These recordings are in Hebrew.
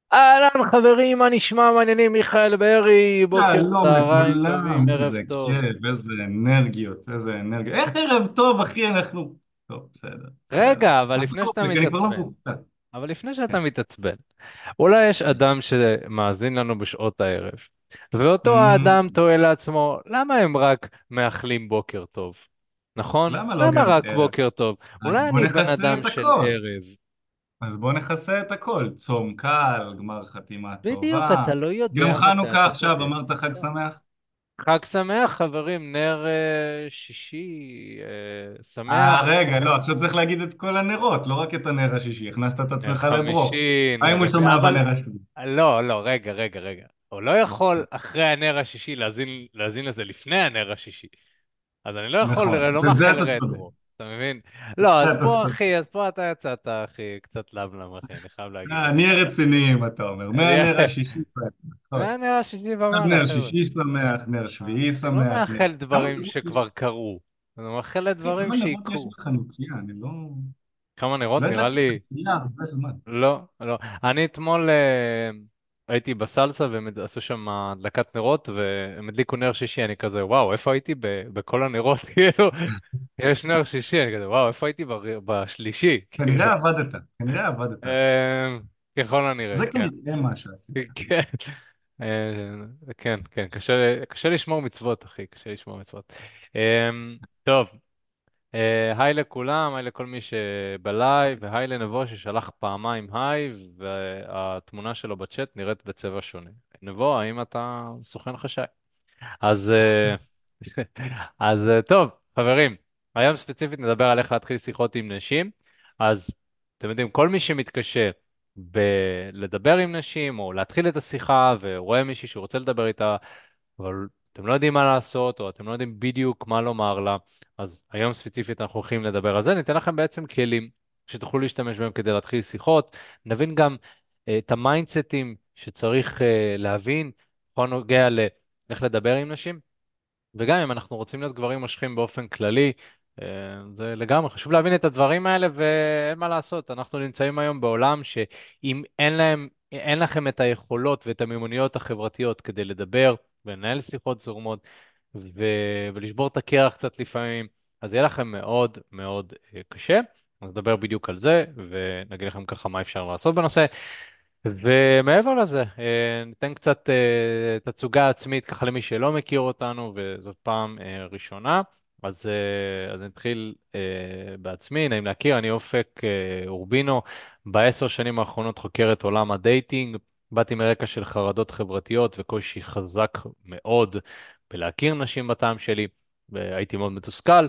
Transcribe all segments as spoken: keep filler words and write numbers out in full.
אהלן חברים, מה נשמע? מעניינים, מיכאל בארי, בוקר, שלום צהריים טובים, לכולם, ערב איזה טוב. כיף, איזה אנרגיות, איזה אנרגיות. איך ערב טוב, אחי, אנחנו... טוב, בסדר, בסדר. רגע, אבל לפני עזוב, שאתה אני כבר לא מתעצבן, מופתע. אבל לפני כן. שאתה מתעצבן, אולי יש כן. אדם שמאזין לנו בשעות הערב, ואותו אמ, האדם תוהה לעצמו, למה הם רק מאחלים בוקר טוב? נכון? למה לא למה גם רק ערב? בוקר טוב? אז אולי בוא אני בן נכסה אדם את של הכל. ערב. אז בוא נכסה את הכל. צום קל, גמר חתימה בדיוק, טובה. אתה לא גם יודע מתי, חנוכה אתה עכשיו, צודק. אמרת חג שמח? חג שמח, חברים, נר אה, שישי, אה, אה, שמח. רגע, לא, עכשיו צריך להגיד את כל הנרות, לא רק את הנר השישי, הכנסת את נר עצמך לברוק. חמישי, מה אם נר הוא רביעי, שומע אבל בנר השביעי? לא, לא, רגע, רגע, רגע. הוא לא יכול אחרי הנר השישי להזין, להזין לזה לפני הנר השישי. אז אני לא יכול, נכון, לא בזה מאחל אתה צודק. רטרו, אתה מבין? לא, אז אתה פה, צודק. אחי, אז פה אתה יצאת, אחי, קצת למלם, אחי, אני חייב להגיד אה, לך. נהיה רציניים, אתה אומר. אני- מהנר השישי ואילך. נכון. מהנר השישי אז ומעלה, נר חבר'ה. שישי שמח, נר אה, שביעי אני לא שמח. נר... מאחל כמה דברים נרות יש? שכבר קרו, אני מאחל אחי, לדברים כמה נרות יש שיקרו. בחנוכיה? אני לא... כמה לא נרות? נראה ידעתי לי... חנוכיה הרבה זמן. לא, לא. אני אתמול אה, הייתי בסלסה והם עשו שם הדלקת נרות והם הדליקו נר שישי, אני כזה, וואו, איפה הייתי ב- בכל הנרות? כאילו, יש נר שישי, אני כזה, וואו, איפה הייתי בר- בשלישי? כאילו, כנראה עבדת, כנראה עבדת. אה, ככל הנראה, זה כן. כנראה מה שעשית. כן, אה, כן, כן, קשה, קשה לשמור מצוות, אחי, קשה לשמור מצוות. אה, טוב. אה, היי לכולם, היי לכל מי שבלייב, והי לנבו ששלח פעמיים היי, והתמונה שלו בצ'אט נראית בצבע שונה. נבו, האם אתה סוכן חשאי? אז, אה, אז אה, טוב, חברים, היום ספציפית נדבר על איך להתחיל שיחות עם נשים. אז אתם יודעים, כל מי שמתקשה בלדבר עם נשים, או להתחיל את השיחה, ורואה מישהי שהוא רוצה לדבר איתה, אבל אתם לא יודעים מה לעשות, או אתם לא יודעים בדיוק מה לומר לה, אז היום ספציפית אנחנו הולכים לדבר על זה. ניתן לכם בעצם כלים שתוכלו להשתמש בהם כדי להתחיל שיחות. נבין גם אה, את המיינדסטים שצריך אה, להבין, בכל נוגע לאיך לדבר עם נשים. וגם אם אנחנו רוצים להיות גברים מושכים באופן כללי, אה, זה לגמרי חשוב להבין את הדברים האלה, ואין מה לעשות, אנחנו נמצאים היום בעולם שאם אין להם, אין לכם את היכולות ואת המיומנויות החברתיות כדי לדבר ולנהל שיחות זורמות ו... ולשבור את הקרח קצת לפעמים, אז יהיה לכם מאוד מאוד אה, קשה. אז נדבר בדיוק על זה, ונגיד לכם ככה מה אפשר לעשות בנושא. ומעבר לזה, אה, ניתן קצת אה, תצוגה עצמית ככה למי שלא מכיר אותנו, וזאת פעם אה, ראשונה. אז, אה, אז נתחיל אה, בעצמי, נעים להכיר, אני אופק אה, אורבינו, בעשר שנים האחרונות חוקר את עולם הדייטינג, באתי מרקע של חרדות חברתיות וקושי חזק מאוד בלהכיר נשים בטעם שלי, והייתי מאוד מתוסכל.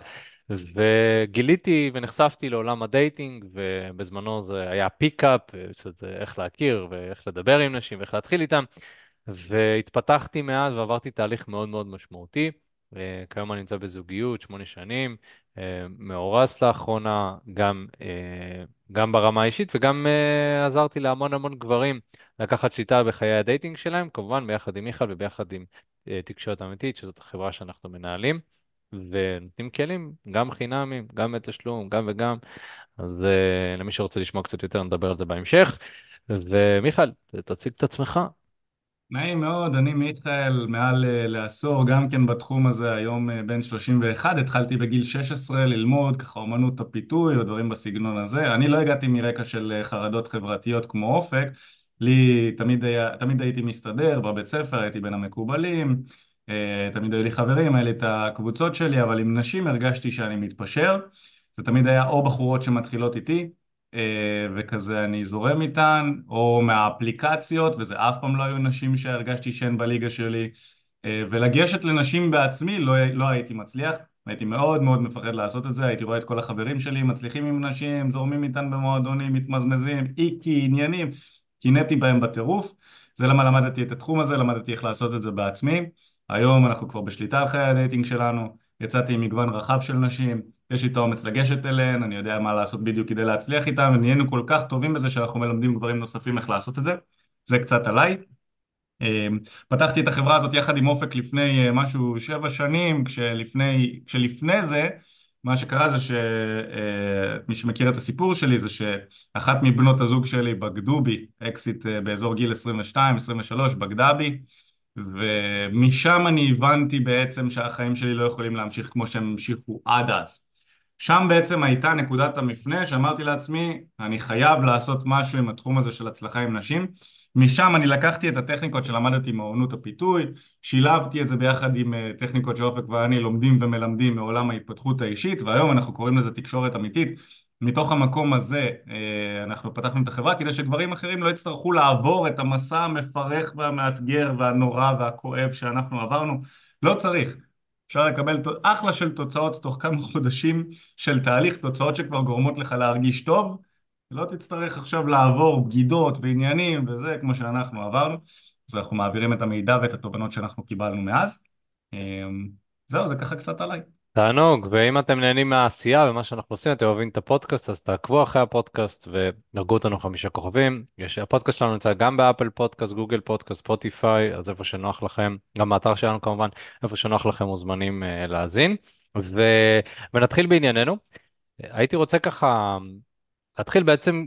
וגיליתי ונחשפתי לעולם הדייטינג, ובזמנו זה היה פיקאפ, שזה איך להכיר ואיך לדבר עם נשים ואיך להתחיל איתם, והתפתחתי מאז ועברתי תהליך מאוד מאוד משמעותי. אה, כיום אני נמצא בזוגיות, שמונה שנים, אה, מאורס לאחרונה, גם, אה, גם ברמה האישית וגם אה, עזרתי להמון המון גברים לקחת שליטה בחיי הדייטינג שלהם, כמובן ביחד עם מיכל וביחד עם אה, תקשורת אמיתית, שזאת החברה שאנחנו מנהלים. ונותנים כלים, גם חינמים, גם בתשלום, גם וגם. אז uh, למי שרוצה לשמוע קצת יותר, נדבר על זה בהמשך. ומיכאל, תציג את עצמך. נעים מאוד, אני מיכאל, מעל אה, לעשור, גם כן בתחום הזה, היום אה, בן שלושים ואחת, התחלתי בגיל שש עשרה ללמוד ככה אומנות הפיתוי ודברים בסגנון הזה. אני לא הגעתי מרקע של אה, חרדות חברתיות כמו אופק, לי תמיד היה, תמיד הייתי מסתדר בבית ספר, הייתי בין המקובלים, אה, תמיד היו לי חברים, היה לי את הקבוצות שלי, אבל עם נשים הרגשתי שאני מתפשר. זה תמיד היה או בחורות שמתחילות איתי, אה, וכזה אני זורם איתן, או מהאפליקציות, וזה אף פעם לא היו נשים שהרגשתי שהן בליגה שלי, אה, ולגשת לנשים בעצמי לא, לא הייתי מצליח, הייתי מאוד מאוד מפחד לעשות את זה, הייתי רואה את כל החברים שלי מצליחים עם נשים, זורמים איתן במועדונים, מתמזמזים, איקי, עניינים, קינאתי בהם בטירוף. זה למה למדתי את התחום הזה, למדתי איך לעשות את זה בעצמי. היום אנחנו כבר בשליטה על חיי הדייטינג שלנו, יצאתי עם מגוון רחב של נשים, יש לי את האומץ לגשת אליהן, אני יודע מה לעשות בדיוק כדי להצליח איתן, ונהיינו כל כך טובים בזה שאנחנו מלמדים גברים נוספים איך לעשות את זה. זה קצת עליי. אה, פתחתי את החברה הזאת יחד עם אופק לפני אה, משהו שבע שנים, כשלפני, כשלפני זה מה שקרה זה שמי שמכיר את הסיפור שלי זה שאחת מבנות הזוג שלי בגדו בי, אקזיט אה, באזור גיל עשרים ושתיים עשרים ושלוש, בגדה בי, ומשם אני הבנתי בעצם שהחיים שלי לא יכולים להמשיך כמו שהם המשיכו עד אז. שם בעצם הייתה נקודת המפנה שאמרתי לעצמי, אני חייב לעשות משהו עם התחום הזה של הצלחה עם נשים. משם אני לקחתי את הטכניקות שלמדתי מאמנות הפיתוי, שילבתי את זה ביחד עם אה, טכניקות שאופק ואני לומדים ומלמדים מעולם ההתפתחות האישית, והיום אנחנו קוראים לזה תקשורת אמיתית. מתוך המקום הזה אה, אנחנו פתחנו את החברה כדי שגברים אחרים לא יצטרכו לעבור את המסע המפרך והמאתגר והנורא והכואב שאנחנו עברנו. לא צריך. אפשר לקבל ת- אחלה של תוצאות תוך כמה חודשים של תהליך, תוצאות שכבר גורמות לך להרגיש טוב. לא תצטרך עכשיו לעבור בגידות ועניינים וזה כמו שאנחנו עברנו. אז אנחנו מעבירים את המידע ואת התובנות שאנחנו קיבלנו מאז. אמ, זהו, זה ככה קצת עליי. תענוג, ואם אתם נהנים מהעשייה ומה שאנחנו עושים, אתם אוהבים את הפודקאסט, אז תעקבו אחרי הפודקאסט ודרגו אותנו חמישה כוכבים. יש, הפודקאסט שלנו נמצא גם באפל פודקאסט, גוגל פודקאסט, ספוטיפיי, אז איפה שנוח לכם, גם באתר שלנו כמובן, איפה שנוח לכם מוזמנים uh, להאזין. ו... ונתחיל בענייננו. הייתי רוצה ככה להתחיל בעצם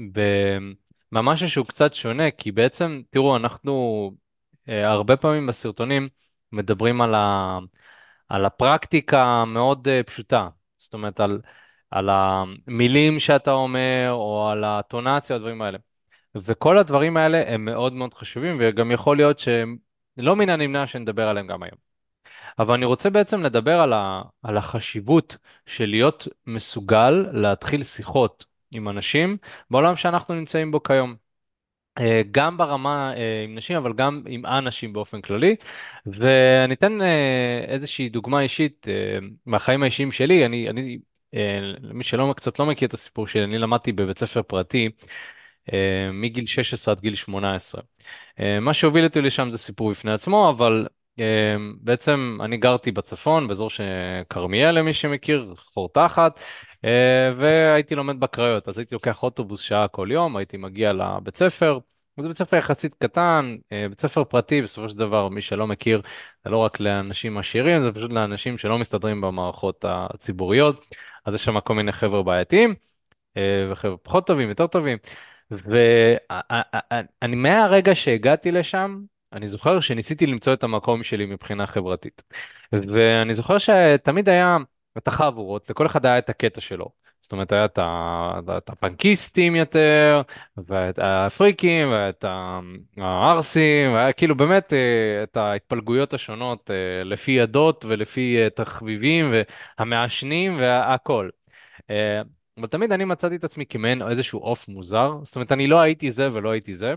בממשהו שהוא קצת שונה, כי בעצם, תראו, אנחנו uh, הרבה פעמים בסרטונים מדברים על ה... על הפרקטיקה המאוד אה, פשוטה, זאת אומרת על, על המילים שאתה אומר, או על הטונציה, הדברים האלה. וכל הדברים האלה הם מאוד מאוד חשובים, וגם יכול להיות שהם לא מן הנמנע שנדבר עליהם גם היום. אבל אני רוצה בעצם לדבר על, ה, על החשיבות של להיות מסוגל להתחיל שיחות עם אנשים בעולם שאנחנו נמצאים בו כיום. אה, גם ברמה אה, עם נשים, אבל גם עם אנשים באופן כללי. ואני אתן אה, איזושהי דוגמה אישית אה, מהחיים האישיים שלי. אני, אני אה, למי שלא קצת לא מכיר את הסיפור שלי, אני למדתי בבית ספר פרטי אה, מגיל שש עשרה עד גיל שמונה עשרה. אה, מה שהוביל אותי לשם זה סיפור בפני עצמו, אבל אה, בעצם אני גרתי בצפון, באזור כרמיאל למי שמכיר, חור תחת, אה, והייתי לומד בקריות, אז הייתי לוקח אוטובוס שעה כל יום, הייתי מגיע לבית ספר. זה בית ספר יחסית קטן, אה, בית ספר פרטי, בסופו של דבר, מי שלא מכיר, זה לא רק לאנשים עשירים, זה פשוט לאנשים שלא מסתדרים במערכות הציבוריות, אז יש שם כל מיני חבר'ה בעייתיים, אה, וחבר'ה פחות טובים, יותר טובים. ואני מהרגע שהגעתי לשם, אני זוכר שניסיתי למצוא את המקום שלי מבחינה חברתית. ואני זוכר שתמיד היה את החבורות, לכל אחד היה את הקטע שלו. זאת אומרת, היה את, ה... את הפנקיסטים יותר, ואת הפריקים, ואת ה- הערסים, והיה כאילו באמת אה, את ההתפלגויות השונות אה, לפי עדות ולפי אה, תחביבים והמעשנים והכל. אה, אבל תמיד אני מצאתי את עצמי כמעין איזשהו עוף מוזר, זאת אומרת, אני לא הייתי זה ולא הייתי זה,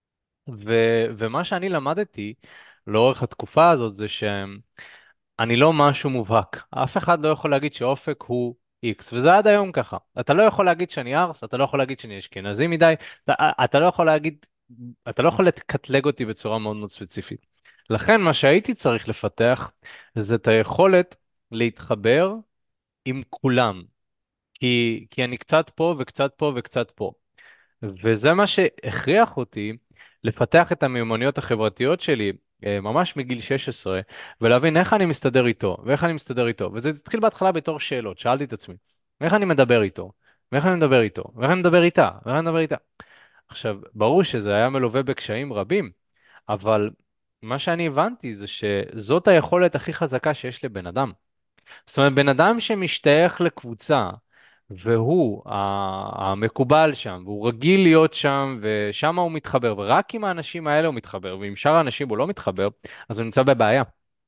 ו, ומה שאני למדתי לאורך התקופה הזאת זה שאני לא משהו מובהק. אף אחד לא יכול להגיד שאופק הוא איקס, וזה עד היום ככה. אתה לא יכול להגיד שאני ארס, אתה לא יכול להגיד שאני אשכנזי מדי, אתה, אתה לא יכול להגיד, אתה לא יכול לקטלג אותי בצורה מאוד מאוד ספציפית. לכן מה שהייתי צריך לפתח זה את היכולת להתחבר עם כולם. כי, כי אני קצת פה וקצת פה וקצת פה. וזה מה שהכריח אותי לפתח את המיומנויות החברתיות שלי אה, ממש מגיל שש עשרה, ולהבין איך אני מסתדר איתו, ואיך אני מסתדר איתו. וזה התחיל בהתחלה בתור שאלות, שאלתי את עצמי, איך אני מדבר איתו, ואיך אני מדבר איתו, ואיך אני מדבר איתה, ואיך אני מדבר איתה. עכשיו, ברור שזה היה מלווה בקשיים רבים, אבל מה שאני הבנתי זה שזאת היכולת הכי חזקה שיש לבן אדם. זאת אומרת, בן אדם שמשתייך לקבוצה, והוא ה- המקובל שם, והוא רגיל להיות שם, ושם הוא מתחבר, ורק עם האנשים האלה הוא מתחבר, ועם שאר האנשים הוא לא מתחבר, אז הוא נמצא בבעיה.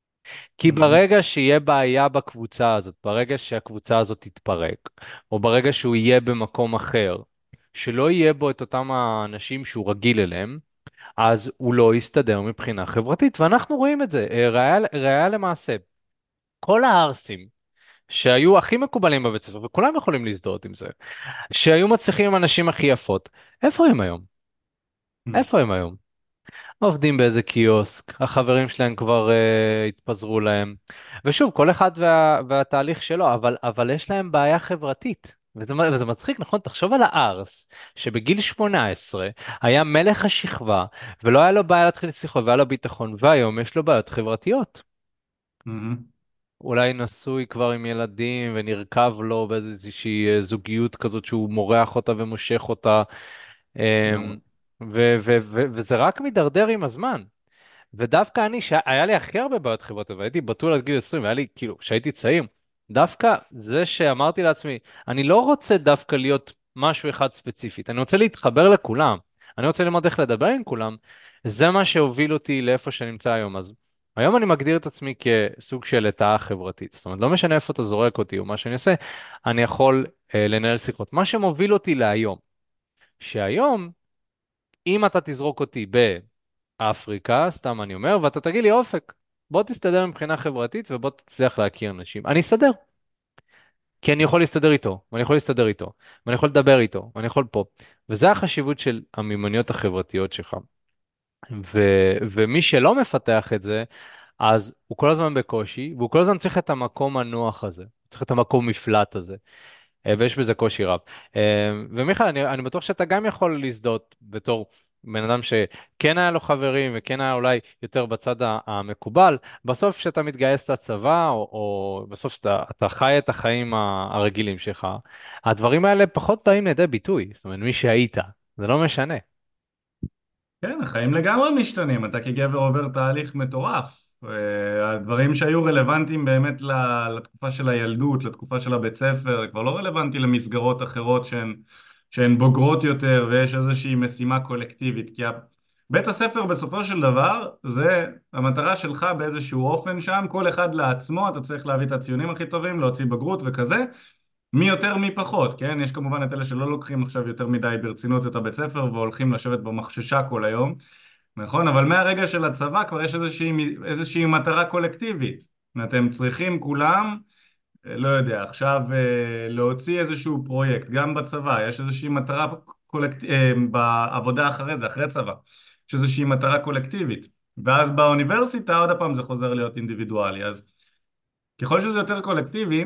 כי מהמם. ברגע שיהיה בעיה בקבוצה הזאת, ברגע שהקבוצה הזאת תתפרק, או ברגע שהוא יהיה במקום אחר, שלא יהיה בו את אותם האנשים שהוא רגיל אליהם, אז הוא לא יסתדר מבחינה חברתית, ואנחנו רואים את זה, אה, ראיה ראיה למעשה. כל הערסים שהיו הכי מקובלים בבית ספר, וכולם יכולים להזדהות עם זה, שהיו מצליחים עם הנשים הכי יפות, איפה הם היום? איפה הם היום? עובדים באיזה קיוסק, החברים שלהם כבר uh, התפזרו להם. ושוב, כל אחד וה, והתהליך שלו, אבל, אבל יש להם בעיה חברתית. וזה, וזה מצחיק, נכון? תחשוב על הארס, שבגיל שמונה עשרה היה מלך השכבה, ולא היה לו בעיה להתחיל שיחות, והיה לו ביטחון, והיום יש לו בעיות חברתיות. מהמם. אולי נשוי כבר עם ילדים ונרקב לו באיזושהי אה, זוגיות כזאת שהוא מורח אותה ומושך אותה, לגמרי. אמ, ו- ו- ו- וזה רק מידרדר עם הזמן. ודווקא אני, שהיה לי הכי הרבה בעיות חברתיות, והייתי בתול עד גיל עשרים, והיה לי, כאילו, כשהייתי צעיר, דווקא זה שאמרתי לעצמי, אני לא רוצה דווקא להיות משהו אחד ספציפית, אני רוצה להתחבר לכולם, אני רוצה ללמוד איך לדבר עם כולם, זה מה שהוביל אותי לאיפה שאני נמצא היום. אז היום אני מגדיר את עצמי כסוג של לטאה חברתית, זאת אומרת, לא משנה איפה אתה זורק אותי או מה שאני עושה, אני יכול אה, לנהל שיחות. מה שמוביל אותי להיום, שהיום, אם אתה תזרוק אותי ב... אפריקה, סתם אני אומר, ואתה תגיד לי, אופק, בוא תסתדר מבחינה חברתית ובוא תצליח להכיר אנשים. אני אסתדר, כי אני יכול להסתדר איתו, ואני יכול להסתדר איתו, ואני יכול לדבר איתו, ואני יכול פה. וזה החשיבות של המיומנויות החברתיות שלך. ו, ומי שלא מפתח את זה, אז הוא כל הזמן בקושי, והוא כל הזמן צריך את המקום הנוח הזה, צריך את המקום מפלט הזה. אה, ויש בזה קושי רב. אה, ומיכאל, אני, אני בטוח שאתה גם יכול להזדהות בתור בן אדם שכן היה לו חברים וכן היה אולי יותר בצד ה- המקובל, בסוף כשאתה מתגייס לצבא, או, או בסוף שאתה אתה חי את החיים ה- הרגילים שלך, הדברים האלה פחות באים לידי ביטוי. זאת אומרת, מי שהיית, זה לא משנה. כן, החיים לגמרי משתנים, אתה כגבר עובר תהליך מטורף. אה, הדברים שהיו רלוונטיים באמת ל- לתקופה של הילדות, לתקופה של הבית ספר, זה כבר לא רלוונטי למסגרות אחרות שהן, שהן בוגרות יותר ויש איזושהי משימה קולקטיבית. כי ה- בית הספר בסופו של דבר זה המטרה שלך באיזשהו אופן שם, כל אחד לעצמו, אתה צריך להביא את הציונים הכי טובים, להוציא בגרות וכזה. מי יותר מי פחות, כן? יש כמובן את אלה שלא לוקחים עכשיו יותר מדי ברצינות את הבית ספר והולכים לשבת במחששה כל היום, נכון? אבל מהרגע של הצבא כבר יש איזושהי, איזושהי מטרה קולקטיבית. אתם צריכים כולם, אה, לא יודע, עכשיו אה, להוציא איזשהו פרויקט, גם בצבא, יש איזושהי מטרה קולקטיבית, בעבודה אחרי זה, אחרי צבא, יש איזושהי מטרה קולקטיבית. ואז באוניברסיטה עוד פעם זה חוזר להיות אינדיבידואלי. אז ככל שזה יותר קולקטיבי,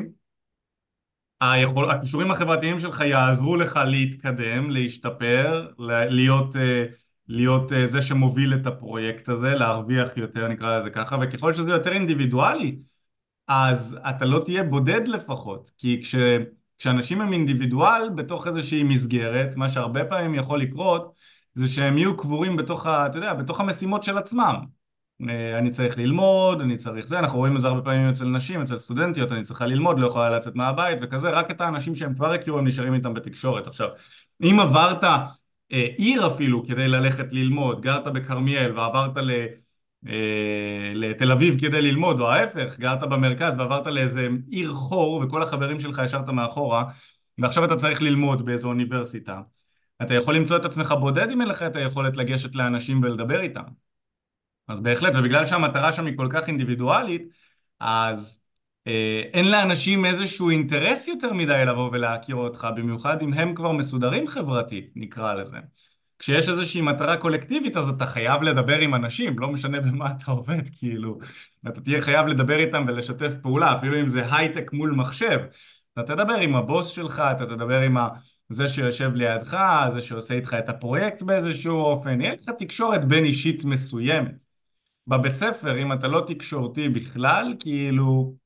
היכול, הכישורים החברתיים שלך יעזרו לך להתקדם, להשתפר, ל- להיות, אה, להיות אה, זה שמוביל את הפרויקט הזה, להרוויח יותר, נקרא לזה ככה, וככל שזה יותר אינדיבידואלי, אז אתה לא תהיה בודד לפחות, כי כש, כשאנשים הם אינדיבידואל בתוך איזושהי מסגרת, מה שהרבה פעמים יכול לקרות, זה שהם יהיו קבורים בתוך ה, אתה יודע, בתוך המשימות של עצמם. אה, אני צריך ללמוד, אני צריך זה, אנחנו רואים את זה הרבה פעמים אצל נשים, אצל סטודנטיות, אני צריכה ללמוד, לא יכולה לצאת מהבית וכזה, רק את האנשים שהם כבר הכירו, הם נשארים איתם בתקשורת. עכשיו, אם עברת אה, עיר אפילו כדי ללכת ללמוד, גרת בכרמיאל ועברת ל... אה, לתל אביב כדי ללמוד, או ההפך, גרת במרכז ועברת לאיזה עיר חור וכל החברים שלך השארת מאחורה, ועכשיו אתה צריך ללמוד באיזו אוניברסיטה. אתה יכול למצוא את עצמך בודד אם אין לך את היכולת לגשת לאנשים ולדבר איתם. אז בהחלט, ובגלל שהמטרה שם היא כל כך אינדיבידואלית, אז אה, אין לאנשים איזשהו אינטרס יותר מדי לבוא ולהכיר אותך, במיוחד אם הם כבר מסודרים חברתית, נקרא לזה. כשיש איזושהי מטרה קולקטיבית, אז אתה חייב לדבר עם אנשים, לא משנה במה אתה עובד, כאילו. אתה תהיה חייב לדבר איתם ולשתף פעולה, אפילו אם זה הייטק מול מחשב. אתה תדבר עם הבוס שלך, אתה תדבר עם ה... זה שיושב לידך, זה שעושה איתך את הפרויקט באיזשהו אופן, יהיה לך תקשורת בין אישית מסוימת. בבית ספר, אם אתה לא תקשורתי בכלל, כאילו,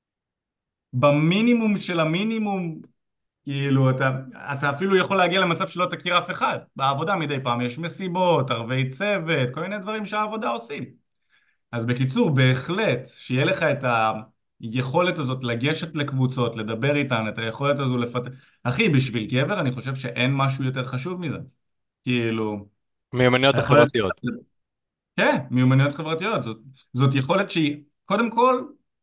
במינימום של המינימום, כאילו, אתה, אתה אפילו יכול להגיע למצב שלא תכיר אף אחד. בעבודה מדי פעם יש מסיבות, ערבי צוות, כל מיני דברים שהעבודה עושים. אז בקיצור, בהחלט, שיהיה לך את היכולת הזאת לגשת לקבוצות, לדבר איתן, את היכולת הזו לפתח... אחי, בשביל גבר אני חושב שאין משהו יותר חשוב מזה. כאילו, מיומנויות היכולת... החברתיות. כן, מיומנויות חברתיות. זאת, זאת יכולת שהיא, קודם כל,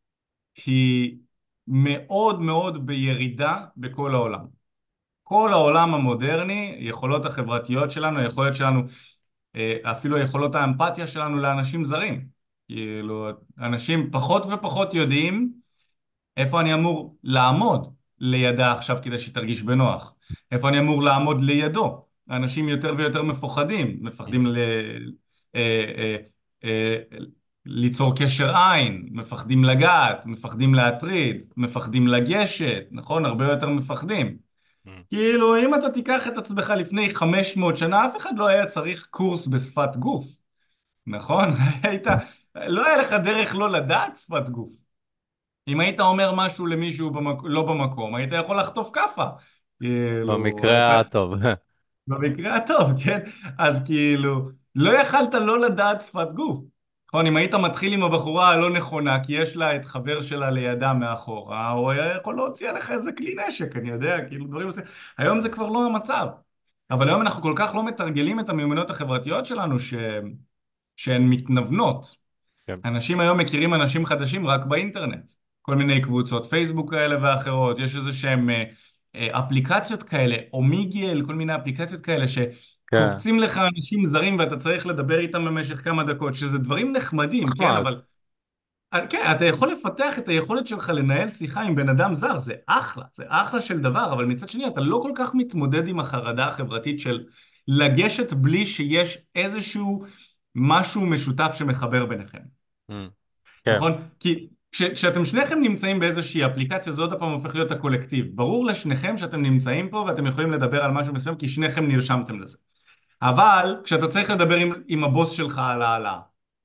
היא מאוד מאוד בירידה בכל העולם. כל העולם המודרני, יכולות החברתיות שלנו, היכולת שלנו, אה, אפילו יכולות האמפתיה שלנו לאנשים זרים. כאילו, אנשים פחות ופחות יודעים איפה אני אמור לעמוד לידה עכשיו כדי שתרגיש בנוח? איפה אני אמור לעמוד לידו? אנשים יותר ויותר מפוחדים, מפחדים ל... אה, אה, אה, ליצור קשר עין, מפחדים לגעת, מפחדים להטריד, מפחדים לגשת, נכון? הרבה יותר מפחדים. כאילו, אם אתה תיקח את עצמך לפני חמש מאות שנה, אף אחד לא היה צריך קורס בשפת גוף, נכון? היית, לא היה לך דרך לא לדעת שפת גוף. אם היית אומר משהו למישהו במק... לא במקום, היית יכול לחטוף כאפה. כאילו, אתה... במקרה הטוב. במקרה הטוב, כן? אז כאילו, לא יכלת לא לדעת שפת גוף. נכון, אם היית מתחיל עם הבחורה הלא נכונה, כי יש לה את חבר שלה לידה מאחורה, הוא היה יכול להוציא עליך איזה כלי נשק, אני יודע, כאילו דברים עושים. היום זה כבר לא המצב. אבל היום אנחנו כל כך לא מתרגלים את המיומנויות החברתיות שלנו, ש... שהן מתנוונות. כן, אנשים היום מכירים אנשים חדשים רק באינטרנט. כל מיני קבוצות פייסבוק כאלה ואחרות, יש איזה שהם אה, אה, אפליקציות כאלה, אומיגל, כל מיני אפליקציות כאלה כן. שקופצים לך אנשים זרים ואתה צריך לדבר איתם במשך כמה דקות, שזה דברים נחמדים, כן, נחמד. אבל אה, כן, אתה יכול לפתח את היכולת שלך לנהל שיחה עם בן אדם זר, זה אחלה, זה אחלה של דבר, אבל מצד שני אתה לא כל כך מתמודד עם החרדה החברתית של לגשת בלי שיש איזשהו משהו משותף שמחבר ביניכם. Mm, כן, נכון? כי כש, כשאתם שניכם נמצאים באיזושהי אפליקציה, זה עוד פעם הופך להיות הקולקטיב. ברור לשניכם שאתם נמצאים פה ואתם יכולים לדבר על משהו מסוים כי שניכם נרשמתם לזה. אבל כשאתה צריך לדבר עם, עם הבוס שלך על העלאה,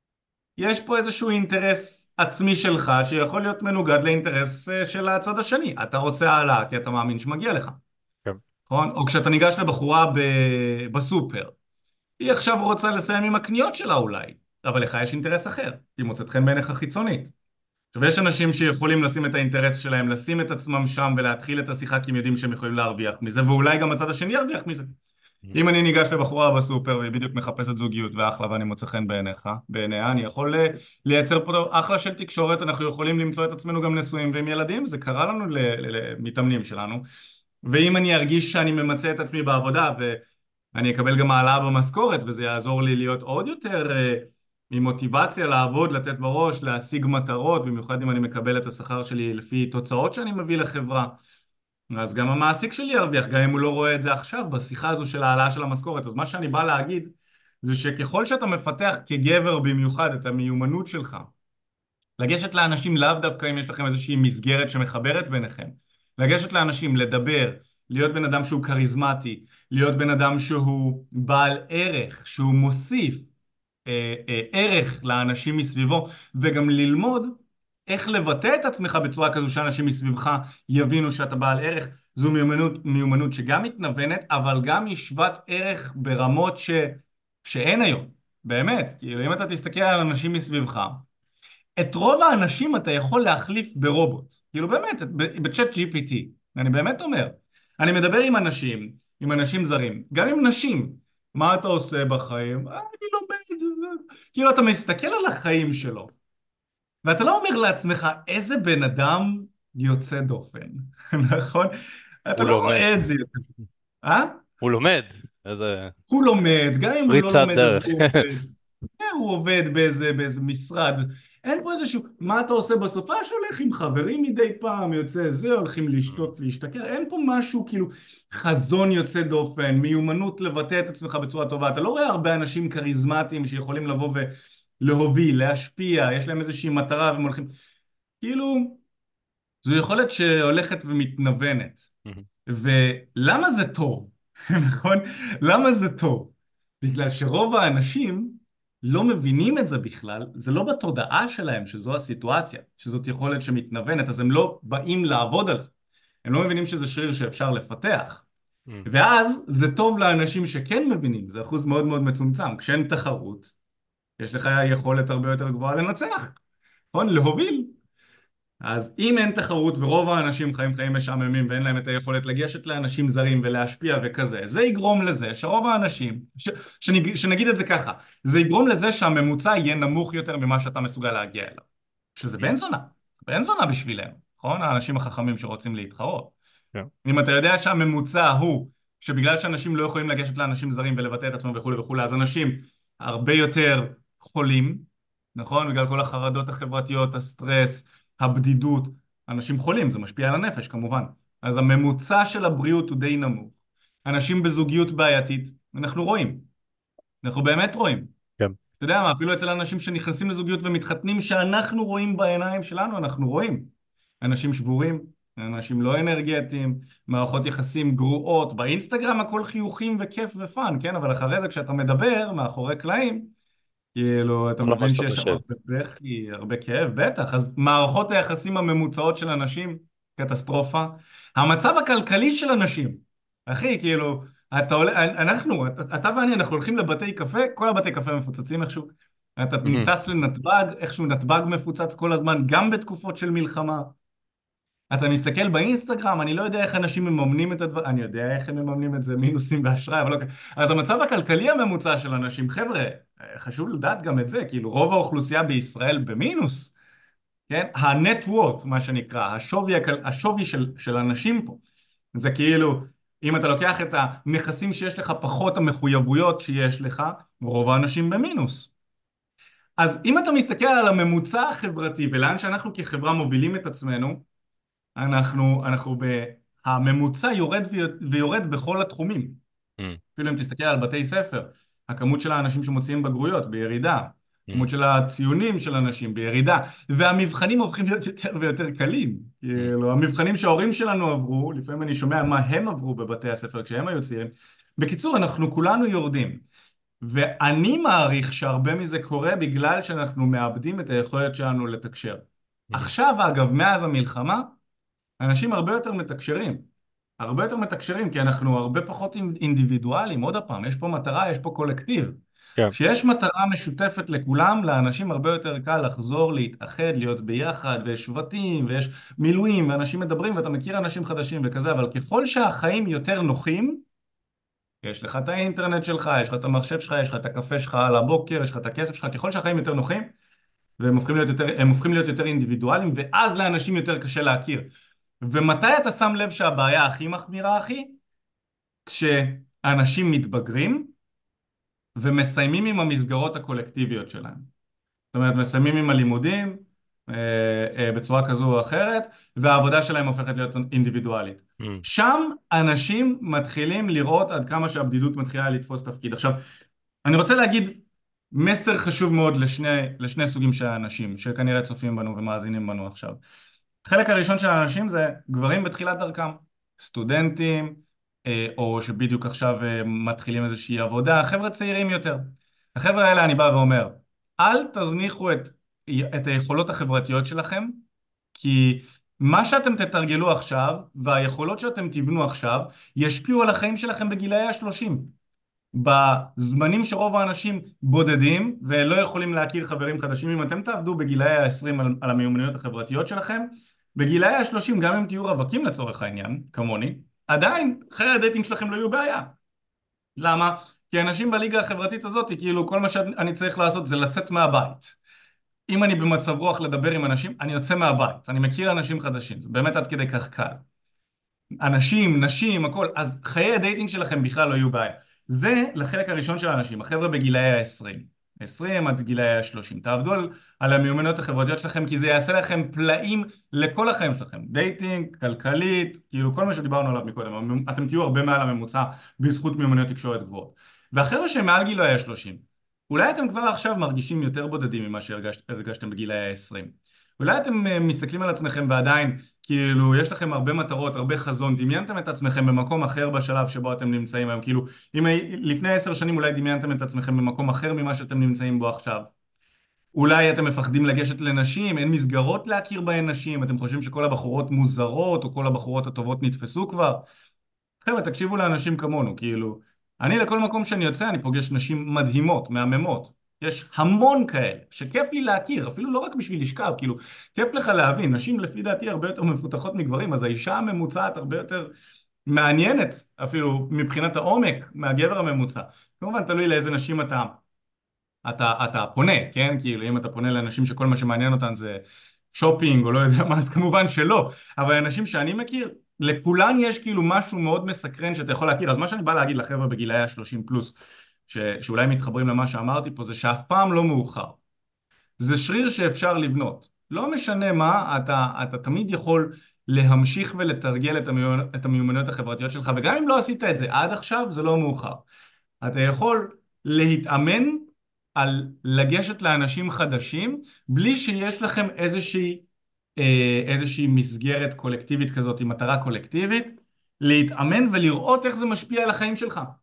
יש פה איזשהו אינטרס עצמי שלך שיכול להיות מנוגד לאינטרס אה, של הצד השני. אתה רוצה העלאה כי אתה מאמין שמגיע לך, כן. נכון? או כשאתה ניגש לבחורה ב, בסופר, היא עכשיו רוצה לסיים עם הקניות שלה אולי, אבל לך יש אינטרס אחר, היא מוצאת חן בעיניך חיצונית. עכשיו, יש אנשים שיכולים לשים את האינטרס שלהם, לשים את עצמם שם ולהתחיל את השיחה כי הם יודעים שהם יכולים להרוויח מזה, ואולי גם הצד השני ירוויח מזה. Mm, אם אני ניגש לבחורה בסופר והיא בדיוק מחפשת זוגיות ואחלה ואני מוצא חן בעיניך, בעיניה, אני יכול אה, לייצר פה אחלה של תקשורת, אנחנו יכולים למצוא את עצמנו גם נשואים ועם ילדים, זה קרה לנו למתאמנים שלנו, ואם אני ארגיש שאני ממצה את עצמי בעבודה אני אקבל גם העלאה במשכורת, וזה יעזור לי להיות עוד יותר אה, עם מוטיבציה לעבוד, לתת בראש, להשיג מטרות, במיוחד אם אני מקבל את השכר שלי לפי תוצאות שאני מביא לחברה. אז גם המעסיק שלי ירוויח, גם אם הוא לא רואה את זה עכשיו, בשיחה הזו של העלאה של המשכורת. אז מה שאני בא להגיד, זה שככל שאתה מפתח כגבר במיוחד את המיומנות שלך, לגשת לאנשים לאו דווקא אם יש לכם איזושהי מסגרת שמחברת ביניכם. לגשת לאנשים, לדבר, להיות בן אדם שהוא כריזמטי, להיות בן אדם שהוא בעל ערך, שהוא מוסיף אה, אה, ערך לאנשים מסביבו, וגם ללמוד איך לבטא את עצמך בצורה כזו שאנשים מסביבך יבינו שאתה בעל ערך. זו מיומנות, מיומנות שגם מתנוונת, אבל גם היא שוות ערך ברמות ש, שאין היום. באמת, כאילו אם אתה תסתכל על אנשים מסביבך, את רוב האנשים אתה יכול להחליף ברובוט. כאילו באמת, ב- בצ'אט ג'י פי טי. אני באמת אומר. אני מדבר עם אנשים, עם אנשים זרים, גם עם נשים. מה אתה עושה בחיים? "אה, אני לומד. כאילו אתה מסתכל על החיים שלו, ואתה לא אומר לעצמך, איזה בן אדם יוצא דופן. נכון? אתה הוא לא לומד. רואה את זה יותר. אה? הוא לומד. איזה הוא לומד, גם אם הוא לא פריצת לומד אז דרך. הוא עובד. אה, הוא עובד באיזה, באיזה משרד. אין פה איזשהו, מה אתה עושה בסופה? שהולך עם חברים מדי פעם, יוצא זה, הולכים Mm, לשתות, להשתכר. אין פה משהו כאילו חזון יוצא דופן, מיומנות לבטא את עצמך בצורה טובה. אתה לא רואה הרבה אנשים כריזמטיים שיכולים לבוא ולהוביל, להשפיע, יש להם איזושהי מטרה והם הולכים. כאילו, זו יכולת שהולכת ומתנוונת. mhm. ולמה זה טוב? נכון? למה זה טוב? בגלל שרוב האנשים לא מבינים את זה בכלל, זה לא בתודעה שלהם שזו הסיטואציה, שזאת יכולת שמתנוונת, אז הם לא באים לעבוד על זה. הם לא מבינים שזה שריר שאפשר לפתח. Mm, ואז זה טוב לאנשים שכן מבינים, זה אחוז מאוד מאוד מצומצם. כשאין תחרות, יש לך יכולת הרבה יותר גבוהה לנצח, נכון? להוביל. אז אם אין תחרות ורוב האנשים חיים חיים משעממים ואין להם את היכולת לגשת לאנשים זרים ולהשפיע וכזה, זה יגרום לזה שרוב האנשים, ש, שנג, שנגיד את זה ככה, זה יגרום לזה שהממוצע יהיה נמוך יותר ממה שאתה מסוגל להגיע אליו. שזה mm, בן זונה, בן זונה בשבילם, נכון? האנשים החכמים שרוצים להתחרות. כן, אם אתה יודע שהממוצע הוא שבגלל שאנשים לא יכולים לגשת לאנשים זרים ולבטא את עצמם וכולי וכולי, אז אנשים הרבה יותר חולים, נכון? בגלל כל החרדות החברתיות, הסטרס, הבדידות, אנשים חולים, זה משפיע על הנפש כמובן. אז הממוצע של הבריאות הוא די נמוך. אנשים בזוגיות בעייתית, אנחנו רואים, אנחנו באמת רואים. כן, אתה יודע מה, אפילו אצל אנשים שנכנסים לזוגיות ומתחתנים, שאנחנו רואים בעיניים שלנו, אנחנו רואים. אנשים שבורים, אנשים לא אנרגטיים, מערכות יחסים גרועות, באינסטגרם הכל חיוכים וכיף ופאן, כן? אבל אחרי זה כשאתה מדבר, מאחורי קלעים, כאילו, אתה כל מה מבין שאתה שיש שם חושב. הרבה בכי, הרבה כאב, בטח. אז מערכות היחסים הממוצעות של אנשים, קטסטרופה. המצב הכלכלי של אנשים, אחי, כאילו, אתה עולה, אנחנו, אתה, אתה ואני, אנחנו הולכים לבתי קפה, כל הבתי קפה מפוצצים איכשהו. אתה מהמם. טס לנתב"ג, איכשהו נתב"ג מפוצץ כל הזמן, גם בתקופות של מלחמה. אתה מסתכל באינסטגרם, אני לא יודע איך אנשים מממנים את הדבר, אני יודע איך הם מממנים את זה, מינוסים באשראי, אבל לא... אז המצב הכלכלי הממוצע של אנשים, חבר'ה, חשוב לדעת גם את זה, כאילו רוב האוכלוסייה בישראל במינוס, כן? ה-net worth, מה שנקרא, השווי, הכל- השווי של, של אנשים פה, זה כאילו, אם אתה לוקח את הנכסים שיש לך פחות המחויבויות שיש לך, רוב האנשים במינוס. אז אם אתה מסתכל על הממוצע החברתי ולאן שאנחנו כחברה מובילים את עצמנו, אנחנו, אנחנו ב... הממוצע יורד וי- ויורד בכל התחומים. מהמם. אפילו אם תסתכל על בתי ספר, הכמות של האנשים שמוציאים בגרויות בירידה, מהמם. הכמות של הציונים של אנשים בירידה, והמבחנים הופכים להיות יותר ויותר קלים. מהמם. כאילו, המבחנים שההורים שלנו עברו, לפעמים אני שומע מה הם עברו בבתי הספר כשהם היו צעירים. בקיצור, אנחנו כולנו יורדים. ואני מעריך שהרבה מזה קורה בגלל שאנחנו מאבדים את היכולת שלנו לתקשר. מהמם. עכשיו, אגב, מאז המלחמה, אנשים הרבה יותר מתקשרים. הרבה יותר מתקשרים, כי אנחנו הרבה פחות אינ- אינדיבידואלים. עוד פעם, יש פה מטרה, יש פה קולקטיב. כן. כשיש מטרה משותפת לכולם, לאנשים הרבה יותר קל לחזור, להתאחד, להיות ביחד, ויש שבטים, ויש מילואים, ואנשים מדברים, ואתה מכיר אנשים חדשים וכזה, אבל ככל שהחיים יותר נוחים, יש לך את האינטרנט שלך, יש לך את המחשב שלך, יש לך את הקפה שלך על הבוקר, יש לך את הכסף שלך, ככל שהחיים יותר נוחים, והם הופכים להיות יותר, הם הופכים להיות יותר אינדיבידואליים, ואז לאנשים יותר קשה להכיר. ומתי אתה שם לב שהבעיה הכי מחמירה, אחי? כשאנשים מתבגרים ומסיימים עם המסגרות הקולקטיביות שלהם. זאת אומרת, מסיימים עם הלימודים אה, אה, בצורה כזו או אחרת, והעבודה שלהם הופכת להיות אינדיבידואלית. מהמם. שם אנשים מתחילים לראות עד כמה שהבדידות מתחילה לתפוס תפקיד. עכשיו, אני רוצה להגיד מסר חשוב מאוד לשני, לשני סוגים של האנשים שכנראה צופים בנו ומאזינים בנו עכשיו. החלק הראשון של האנשים זה גברים בתחילת דרכם, סטודנטים, אה, או שבדיוק עכשיו אה, מתחילים איזושהי עבודה, חבר'ה צעירים יותר. החבר'ה האלה אני בא ואומר, אל תזניחו את, את היכולות החברתיות שלכם, כי מה שאתם תתרגלו עכשיו והיכולות שאתם תבנו עכשיו ישפיעו על החיים שלכם בגילאי השלושים. בזמנים שרוב האנשים בודדים ולא יכולים להכיר חברים חדשים, אם אתם תעבדו בגילאי ה-עשרים על, על המיומנויות החברתיות שלכם, בגילאי ה-שלושים, גם אם תהיו רווקים לצורך העניין, כמוני, עדיין חיי הדייטינג שלכם לא יהיו בעיה. למה? כי אנשים בליגה החברתית הזאת, כאילו כל מה שאני צריך לעשות זה לצאת מהבית. אם אני במצב רוח לדבר עם אנשים, אני יוצא מהבית, אני מכיר אנשים חדשים, זה באמת עד כדי כך קל. אנשים, נשים, הכל, אז חיי הדייטינג שלכם בכלל לא יהיו בעיה. זה לחלק הראשון של האנשים, החבר'ה בגילאי ה-עשרים. עשרים עד גילאי ה-שלושים. תעבדו על, על המיומנויות החברתיות שלכם, כי זה יעשה לכם פלאים לכל החיים שלכם. דייטינג, כלכלית, כאילו כל מה שדיברנו עליו מקודם. אתם תהיו הרבה מעל הממוצע בזכות מיומנויות תקשורת גבוהות. והחבר'ה שהם מעל גילאי ה-שלושים, אולי אתם כבר עכשיו מרגישים יותר בודדים ממה שהרגשתם בגילאי ה-עשרים. אולי אתם אה, מסתכלים על עצמכם ועדיין כאילו, יש לכם הרבה מטרות, הרבה חזון, דמיינתם את עצמכם במקום אחר בשלב שבו אתם נמצאים היום. כאילו, אם הי- לפני עשר שנים אולי דמיינתם את עצמכם במקום אחר ממה שאתם נמצאים בו עכשיו. אולי אתם מפחדים לגשת לנשים, אין מסגרות להכיר בהן נשים, אתם חושבים שכל הבחורות מוזרות, או כל הבחורות הטובות נתפסו כבר. חבר'ה, תקשיבו לאנשים כמונו, כאילו, אני לכל מקום שאני יוצא, אני פוגש נשים מדהימות, מהממות. יש המון כאלה, שכיף לי להכיר, אפילו לא רק בשביל לשכב, כאילו, כיף לך להבין, נשים לפי דעתי הרבה יותר מפותחות מגברים, אז האישה הממוצעת הרבה יותר מעניינת, אפילו מבחינת העומק, מהגבר הממוצע. כמובן, תלוי לאיזה נשים אתה אתה, אתה פונה, כן? כאילו, אם אתה פונה לאנשים שכל מה שמעניין אותם זה שופינג או לא יודע מה, אז כמובן שלא. אבל אנשים שאני מכיר, לכולן יש כאילו משהו מאוד מסקרן שאתה יכול להכיר. אז מה שאני בא להגיד לחבר'ה בגילאי ה-שלושים פלוס, ש, שאולי מתחברים למה שאמרתי פה, זה שאף פעם לא מאוחר. זה שריר שאפשר לבנות. לא משנה מה, אתה, אתה תמיד יכול להמשיך ולתרגל את המיומנויות, את המיומנויות החברתיות שלך, וגם אם לא עשית את זה עד עכשיו, זה לא מאוחר. אתה יכול להתאמן על לגשת לאנשים חדשים בלי שיש לכם איזושהי, אה, איזושהי מסגרת קולקטיבית כזאת עם מטרה קולקטיבית, להתאמן ולראות איך זה משפיע על החיים שלך.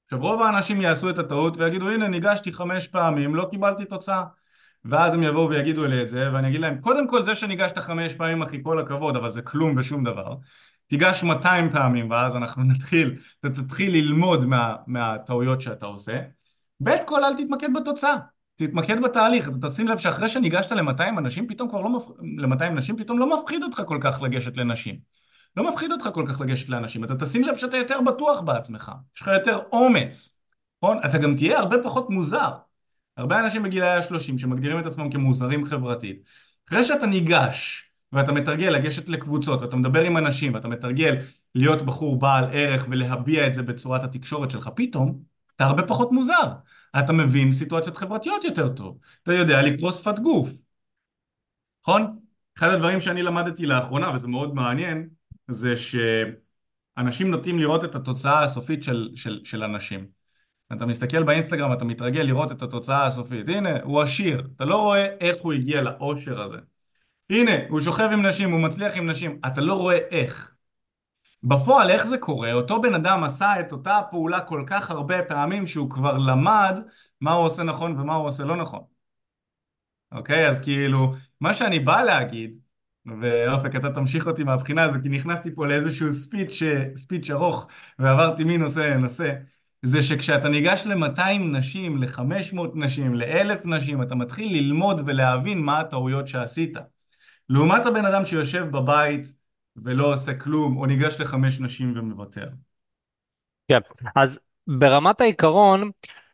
עכשיו רוב האנשים יעשו את הטעות ויגידו הנה ניגשתי חמש פעמים לא קיבלתי תוצאה, ואז הם יבואו ויגידו לי את זה ואני אגיד להם קודם כל זה שניגשת חמש פעמים אחי כל הכבוד אבל זה כלום ושום דבר, תיגש מאתיים פעמים ואז אנחנו נתחיל, אתה תתחיל ללמוד מה, מהטעויות שאתה עושה. ב' כל אל תתמקד בתוצאה, תתמקד בתהליך, אתה תשים לב שאחרי שניגשת ל-מאתיים אנשים פתאום כבר לא מפ... ל-מאתיים נשים פתאום לא מפחיד אותך כל כך לגשת לנשים, לא מפחיד אותך כל כך לגשת לאנשים, אתה תשים לב שאתה יותר בטוח בעצמך, יש לך יותר אומץ, נכון? אתה גם תהיה הרבה פחות מוזר. הרבה אנשים בגילאי ה-שלושים שמגדירים את עצמם כמוזרים חברתית. אחרי שאתה ניגש ואתה מתרגל לגשת לקבוצות ואתה מדבר עם אנשים ואתה מתרגל להיות בחור בעל ערך ולהביע את זה בצורת התקשורת שלך, פתאום אתה הרבה פחות מוזר. אתה מבין סיטואציות חברתיות יותר טוב. אתה יודע לקרוא שפת גוף, נכון? אחד הדברים שאני למדתי לאחרונה, וזה מאוד מעניין, זה שאנשים נוטים לראות את התוצאה הסופית של, של, של אנשים. אתה מסתכל באינסטגרם, אתה מתרגל לראות את התוצאה הסופית. הנה, הוא עשיר. אתה לא רואה איך הוא הגיע לעושר הזה. הנה, הוא שוכב עם נשים, הוא מצליח עם נשים. אתה לא רואה איך. בפועל, איך זה קורה? אותו בן אדם עשה את אותה פעולה כל כך הרבה פעמים שהוא כבר למד מה הוא עושה נכון ומה הוא עושה לא נכון. אוקיי? אז כאילו, מה שאני בא להגיד, ואופק, אתה תמשיך אותי מהבחינה הזו, כי נכנסתי פה לאיזשהו ספיץ', ספיץ' ארוך, ועברתי מנושא לנושא, זה שכשאתה ניגש ל-מאתיים נשים, ל-חמש מאות נשים, ל-אלף נשים, אתה מתחיל ללמוד ולהבין מה הטעויות שעשית. לעומת הבן אדם שיושב בבית ולא עושה כלום, או ניגש לחמש נשים ומוותר. כן, אז ברמת העיקרון,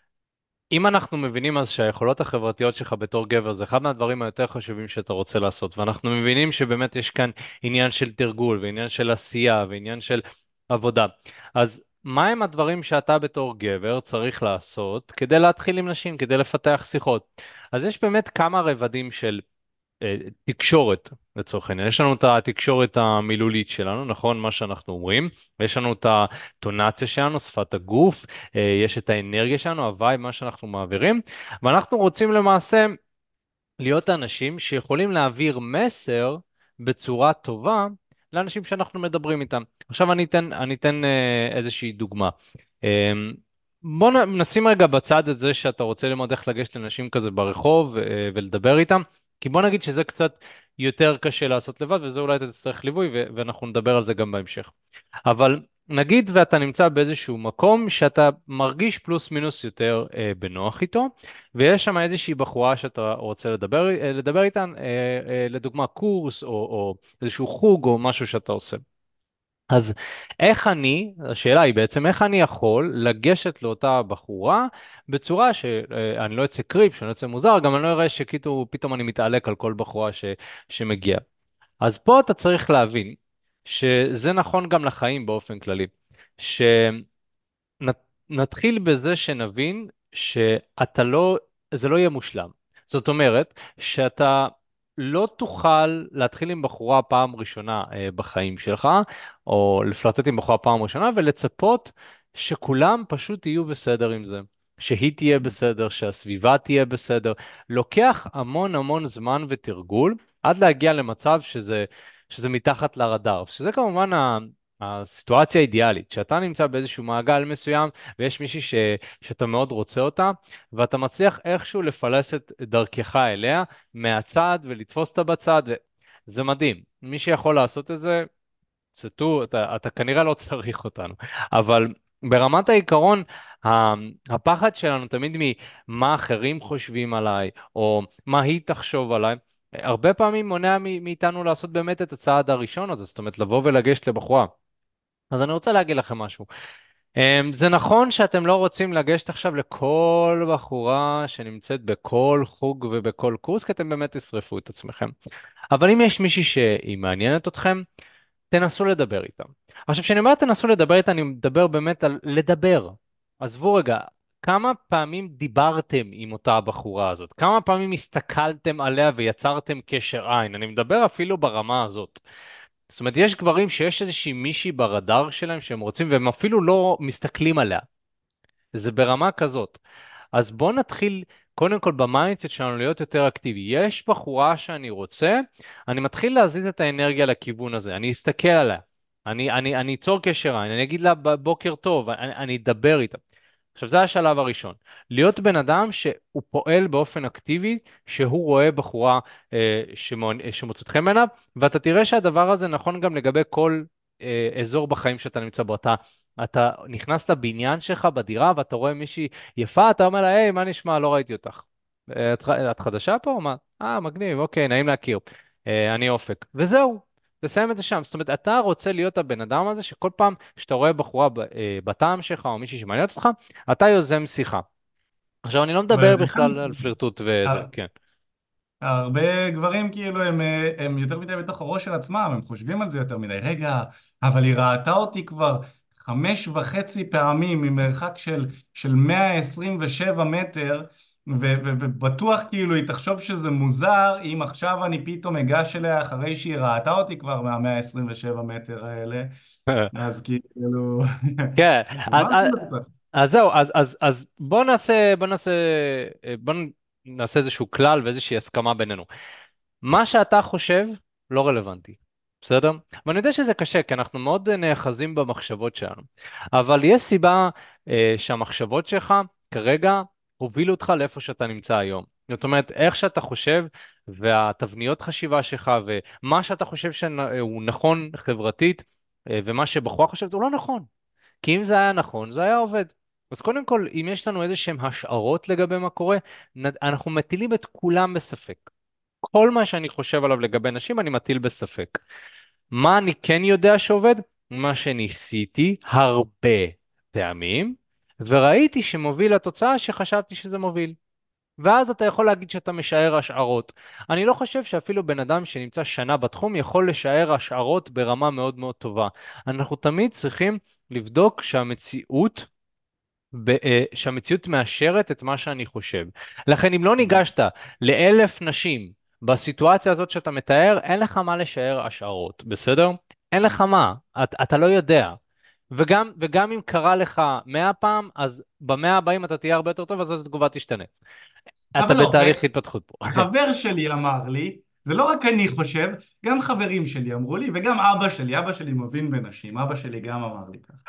אם אנחנו מבינים אז שהיכולות החברתיות שלך בתור גבר זה אחד מהדברים היותר חשובים שאתה רוצה לעשות, ואנחנו מבינים שבאמת יש כאן עניין של תרגול ועניין של עשייה ועניין של עבודה, אז מהם הדברים שאתה בתור גבר צריך לעשות כדי להתחיל עם נשים, כדי לפתח שיחות? אז יש באמת כמה רבדים של אה, תקשורת לצורך העניין. יש לנו את התקשורת המילולית שלנו, נכון? מה שאנחנו אומרים. יש לנו את הטונציה שלנו, שפת הגוף, אה, יש את האנרגיה שלנו, הווייב, מה שאנחנו מעבירים, ואנחנו רוצים למעשה להיות אנשים שיכולים להעביר מסר בצורה טובה לאנשים שאנחנו מדברים איתם. עכשיו אני אתן, אני אתן אה, איזושהי דוגמה. אה, בוא נ- נשים רגע בצד את זה שאתה רוצה ללמוד איך לגשת לנשים כזה ברחוב אה, ולדבר איתם, כי בוא נגיד שזה קצת יותר קשה לעשות לבד, וזה אולי אתה תצטרך ליווי, ו- ואנחנו נדבר על זה גם בהמשך. אבל נגיד ואתה נמצא באיזשהו מקום שאתה מרגיש פלוס מינוס יותר אה, בנוח איתו, ויש שם איזושהי בחורה שאתה רוצה לדבר, אה, לדבר איתן, אה, אה, לדוגמה קורס או, או איזשהו חוג או משהו שאתה עושה. אז איך אני, השאלה היא בעצם איך אני יכול לגשת לאותה בחורה בצורה שאני לא אצא קריפ, שאני לא אצא מוזר, גם אני לא אראה שפתאום אני מתעלק על כל בחורה ש, שמגיעה. אז פה אתה צריך להבין שזה נכון גם לחיים באופן כללי. נת- נתחיל בזה שנבין שאתה לא, זה לא יהיה מושלם. זאת אומרת שאתה לא תוכל להתחיל עם בחורה פעם ראשונה אה, בחיים שלך, או לפלרטט עם בחורה פעם ראשונה, ולצפות שכולם פשוט יהיו בסדר עם זה. שהיא תהיה בסדר, שהסביבה תהיה בסדר. לוקח המון המון זמן ותרגול עד להגיע למצב שזה, שזה מתחת לרדאר. שזה כמובן ה... הסיטואציה האידיאלית, שאתה נמצא באיזשהו מעגל מסוים ויש מישהי ש... שאתה מאוד רוצה אותה, ואתה מצליח איכשהו לפלס את דרכך אליה מהצד ולתפוס אותה בצד, ו... זה מדהים. מי שיכול לעשות את זה, סטו, אתה, אתה כנראה לא צריך אותנו. אבל ברמת העיקרון, ה- הפחד שלנו תמיד ממה אחרים חושבים עליי, או מה היא תחשוב עליי, הרבה פעמים מונע מ- מאיתנו לעשות באמת את הצעד הראשון הזה, זאת אומרת לבוא ולגשת לבחורה. אז אני רוצה להגיד לכם משהו. אמ, זה נכון שאתם לא רוצים לגשת עכשיו לכל בחורה שנמצאת בכל חוג ובכל קורס, כי אתם באמת תשרפו את עצמכם. אבל אם יש מישהי שהיא מעניינת אתכם, תנסו לדבר איתם. עכשיו, כשאני אומר תנסו לדבר איתם, אני מדבר באמת על לדבר. עזבו רגע, כמה פעמים דיברתם עם אותה הבחורה הזאת? כמה פעמים הסתכלתם עליה ויצרתם קשר עין? אני מדבר אפילו ברמה הזאת. זאת אומרת, יש גברים שיש איזושהי מישהי ברדאר שלהם שהם רוצים, והם אפילו לא מסתכלים עליה. זה ברמה כזאת. אז בואו נתחיל קודם כל במיינדסט שלנו להיות יותר אקטיבי. יש בחורה שאני רוצה, אני מתחיל להזיז את האנרגיה לכיוון הזה, אני אסתכל עליה, אני, אני, אני אצור קשר עין, אני אגיד לה בוקר טוב, אני, אני אדבר איתה. עכשיו, זה השלב הראשון. להיות בן אדם שהוא פועל באופן אקטיבי, שהוא רואה בחורה אה, שמוע- אה, שמוצאת חן בעיניו, ואתה תראה שהדבר הזה נכון גם לגבי כל אה, אזור בחיים שאתה נמצא בו. אתה, אתה נכנס לבניין שלך, בדירה, ואתה רואה מישהי יפה, אתה אומר לה, היי, מה נשמע? לא ראיתי אותך. אה, את, ח- את חדשה פה? או מה? אה, מגניב, אוקיי, נעים להכיר. אה, אני אופק. וזהו. תסיים את זה שם. זאת אומרת, אתה רוצה להיות הבן אדם הזה שכל פעם שאתה רואה בחורה ב- אה, בטעם שלך או מישהי שמעניינת אותך, אתה יוזם שיחה. עכשיו, אני לא אבל מדבר זה גם, בכלל על פלירטוט וזה, כן. הרבה גברים כאילו הם, אה, הם יותר מדי בתוך הראש של עצמם, הם חושבים על זה יותר מדי. רגע, אבל היא ראתה אותי כבר חמש וחצי פעמים ממרחק של, של מאה עשרים ושבע מטר, ו, ו, ובטוח כאילו היא תחשוב שזה מוזר אם עכשיו אני פתאום אגש אליה אחרי שהיא ראתה אותי כבר מה-מאה עשרים ושבע מטר האלה. אז כאילו, כן, זה אז, לא אז, מתאים לסיטואציה. אז זהו, אז, אז, אז בוא נעשה, בוא נעשה, אה, בוא נעשה איזשהו כלל ואיזושהי הסכמה בינינו. מה שאתה חושב לא רלוונטי, בסדר? ואני יודע שזה קשה, כי אנחנו מאוד אה, נאחזים במחשבות שלנו. אבל יש סיבה אה, שהמחשבות שלך כרגע הובילו אותך לאיפה שאתה נמצא היום. זאת אומרת, איך שאתה חושב והתבניות חשיבה שלך ומה שאתה חושב שהוא נכון חברתית אה, ומה שבחורה חושבת, הוא לא נכון. כי אם זה היה נכון, זה היה עובד. אז קודם כל, אם יש לנו איזה שהן השערות לגבי מה קורה, נ- אנחנו מטילים את כולם בספק. כל מה שאני חושב עליו לגבי נשים, אני מטיל בספק. מה אני כן יודע שעובד? מה שניסיתי הרבה פעמים, וראיתי שמוביל לתוצאה שחשבתי שזה מוביל. ואז אתה יכול להגיד שאתה משער השערות. אני לא חושב שאפילו בן אדם שנמצא שנה בתחום יכול לשער השערות ברמה מאוד מאוד טובה. אנחנו תמיד צריכים לבדוק שהמציאות ב- אה, שהמציאות מאשרת את מה שאני חושב. לכן אם לא ניגשת לאלף נשים בסיטואציה הזאת שאתה מתאר, אין לך מה לשער השערות, בסדר? אין לך מה, את, אתה לא יודע. וגם, וגם אם קרה לך מאה פעם, אז במאה הבאים אתה תהיה הרבה יותר טוב, אז התגובה תשתנה. אתה אבל לא, בתהליך התפתחות פה. חבר שלי אמר לי, זה לא רק אני חושב, גם חברים שלי אמרו לי, וגם אבא שלי, אבא שלי מבין בנשים, אבא שלי גם אמר לי כך.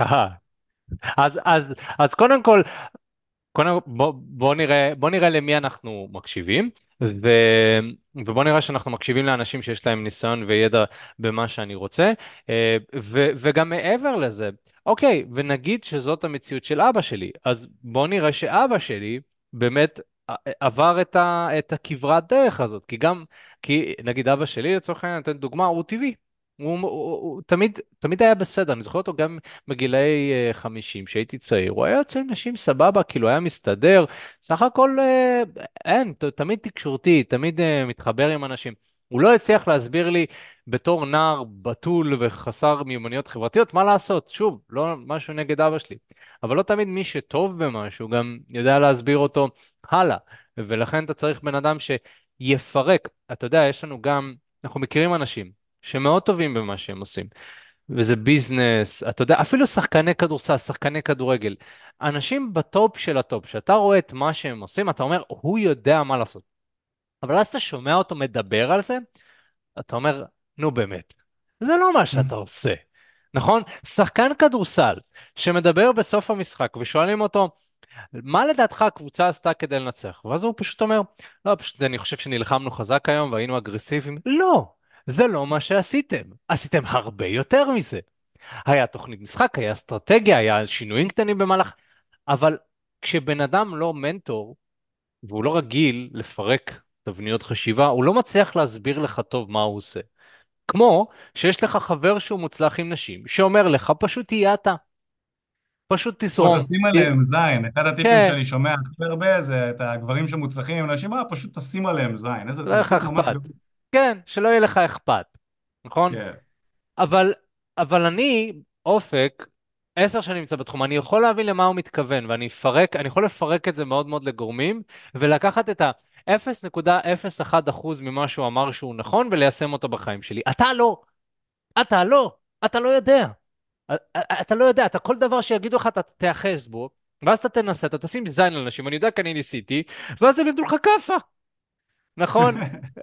אז, אז, אז קודם כל, קודם בוא, בוא נראה, בוא נראה למי אנחנו מקשיבים, ו, ובוא נראה שאנחנו מקשיבים לאנשים שיש להם ניסיון וידע במה שאני רוצה, אה, ו, וגם מעבר לזה, אוקיי, ונגיד שזאת המציאות של אבא שלי, אז בוא נראה שאבא שלי באמת ע- עבר את, ה, את הכברת דרך הזאת, כי גם, כי נגיד אבא שלי לצורך העניין, נותן דוגמה, הוא טבעי. הוא, הוא, הוא, הוא תמיד, תמיד היה בסדר, אני זוכר אותו גם בגילאי אה, חמישים, כשהייתי צעיר, הוא היה יוצא עם נשים סבבה, כאילו היה מסתדר, סך הכל אה, אין, ת- תמיד תקשורתי, תמיד אה, מתחבר עם אנשים. הוא לא הצליח להסביר לי בתור נער בתול וחסר מיומנויות חברתיות, מה לעשות? שוב, לא משהו נגד אבא שלי, אבל לא תמיד מי שטוב במשהו גם יודע להסביר אותו הלאה, ולכן אתה צריך בן אדם שיפרק. אתה יודע, יש לנו גם, אנחנו מכירים אנשים שמאוד טובים במה שהם עושים. וזה ביזנס, אתה יודע, אפילו שחקני כדורסל, שחקני כדורגל, אנשים בטופ של הטופ, שאתה רואה את מה שהם עושים, אתה אומר, הוא יודע מה לעשות. אבל אז אתה שומע אותו מדבר על זה, אתה אומר, נו באמת, זה לא מה שאתה עושה, נכון? שחקן כדורסל שמדבר בסוף המשחק ושואלים אותו, מה לדעתך הקבוצה עשתה כדי לנצח? ואז הוא פשוט אומר, לא, פשוט אני חושב שנלחמנו חזק היום והיינו אגרסיביים. לא, זה לא מה שעשיתם. עשיתם הרבה יותר מזה. היה תוכנית משחק, היה אסטרטגיה, היה שינויים קטנים במהלך, אבל כשבן אדם לא מנטור, והוא לא רגיל לפרק תבניות חשיבה, הוא לא מצליח להסביר לך טוב מה הוא עושה. כמו שיש לך חבר שהוא מוצלח עם נשים, שאומר לך, פשוט תהיה אתה, פשוט או תזרום. תשים ת- עליהם זין, אחד הטיפים כן, שאני שומע הכי הרבה זה את הגברים שמוצלחים עם נשים, אה, פשוט תשים עליהם זין, איזה לא יהיה לך טיפ ממש אכפת. גרוע. כן, שלא יהיה לך אכפת, נכון? כן. אבל, אבל אני, אופק, עשר שנים נמצא בתחום, אני יכול להבין למה הוא מתכוון, ואני אפרק, אני יכול לפרק את זה מאוד מאוד לגורמים, ולקחת את ה-אפס נקודה אפס אחת אחוז ממה שהוא אמר שהוא נכון, וליישם אותו בחיים שלי. אתה לא, אתה לא, אתה לא יודע. אתה לא יודע, אתה כל דבר שיגידו לך, אתה תיאחז בו, ואז אתה תנסה, אתה תשים זין על אנשים, אני יודע כי אני ניסיתי, ואז הם ידעו לך כאפה. נכון?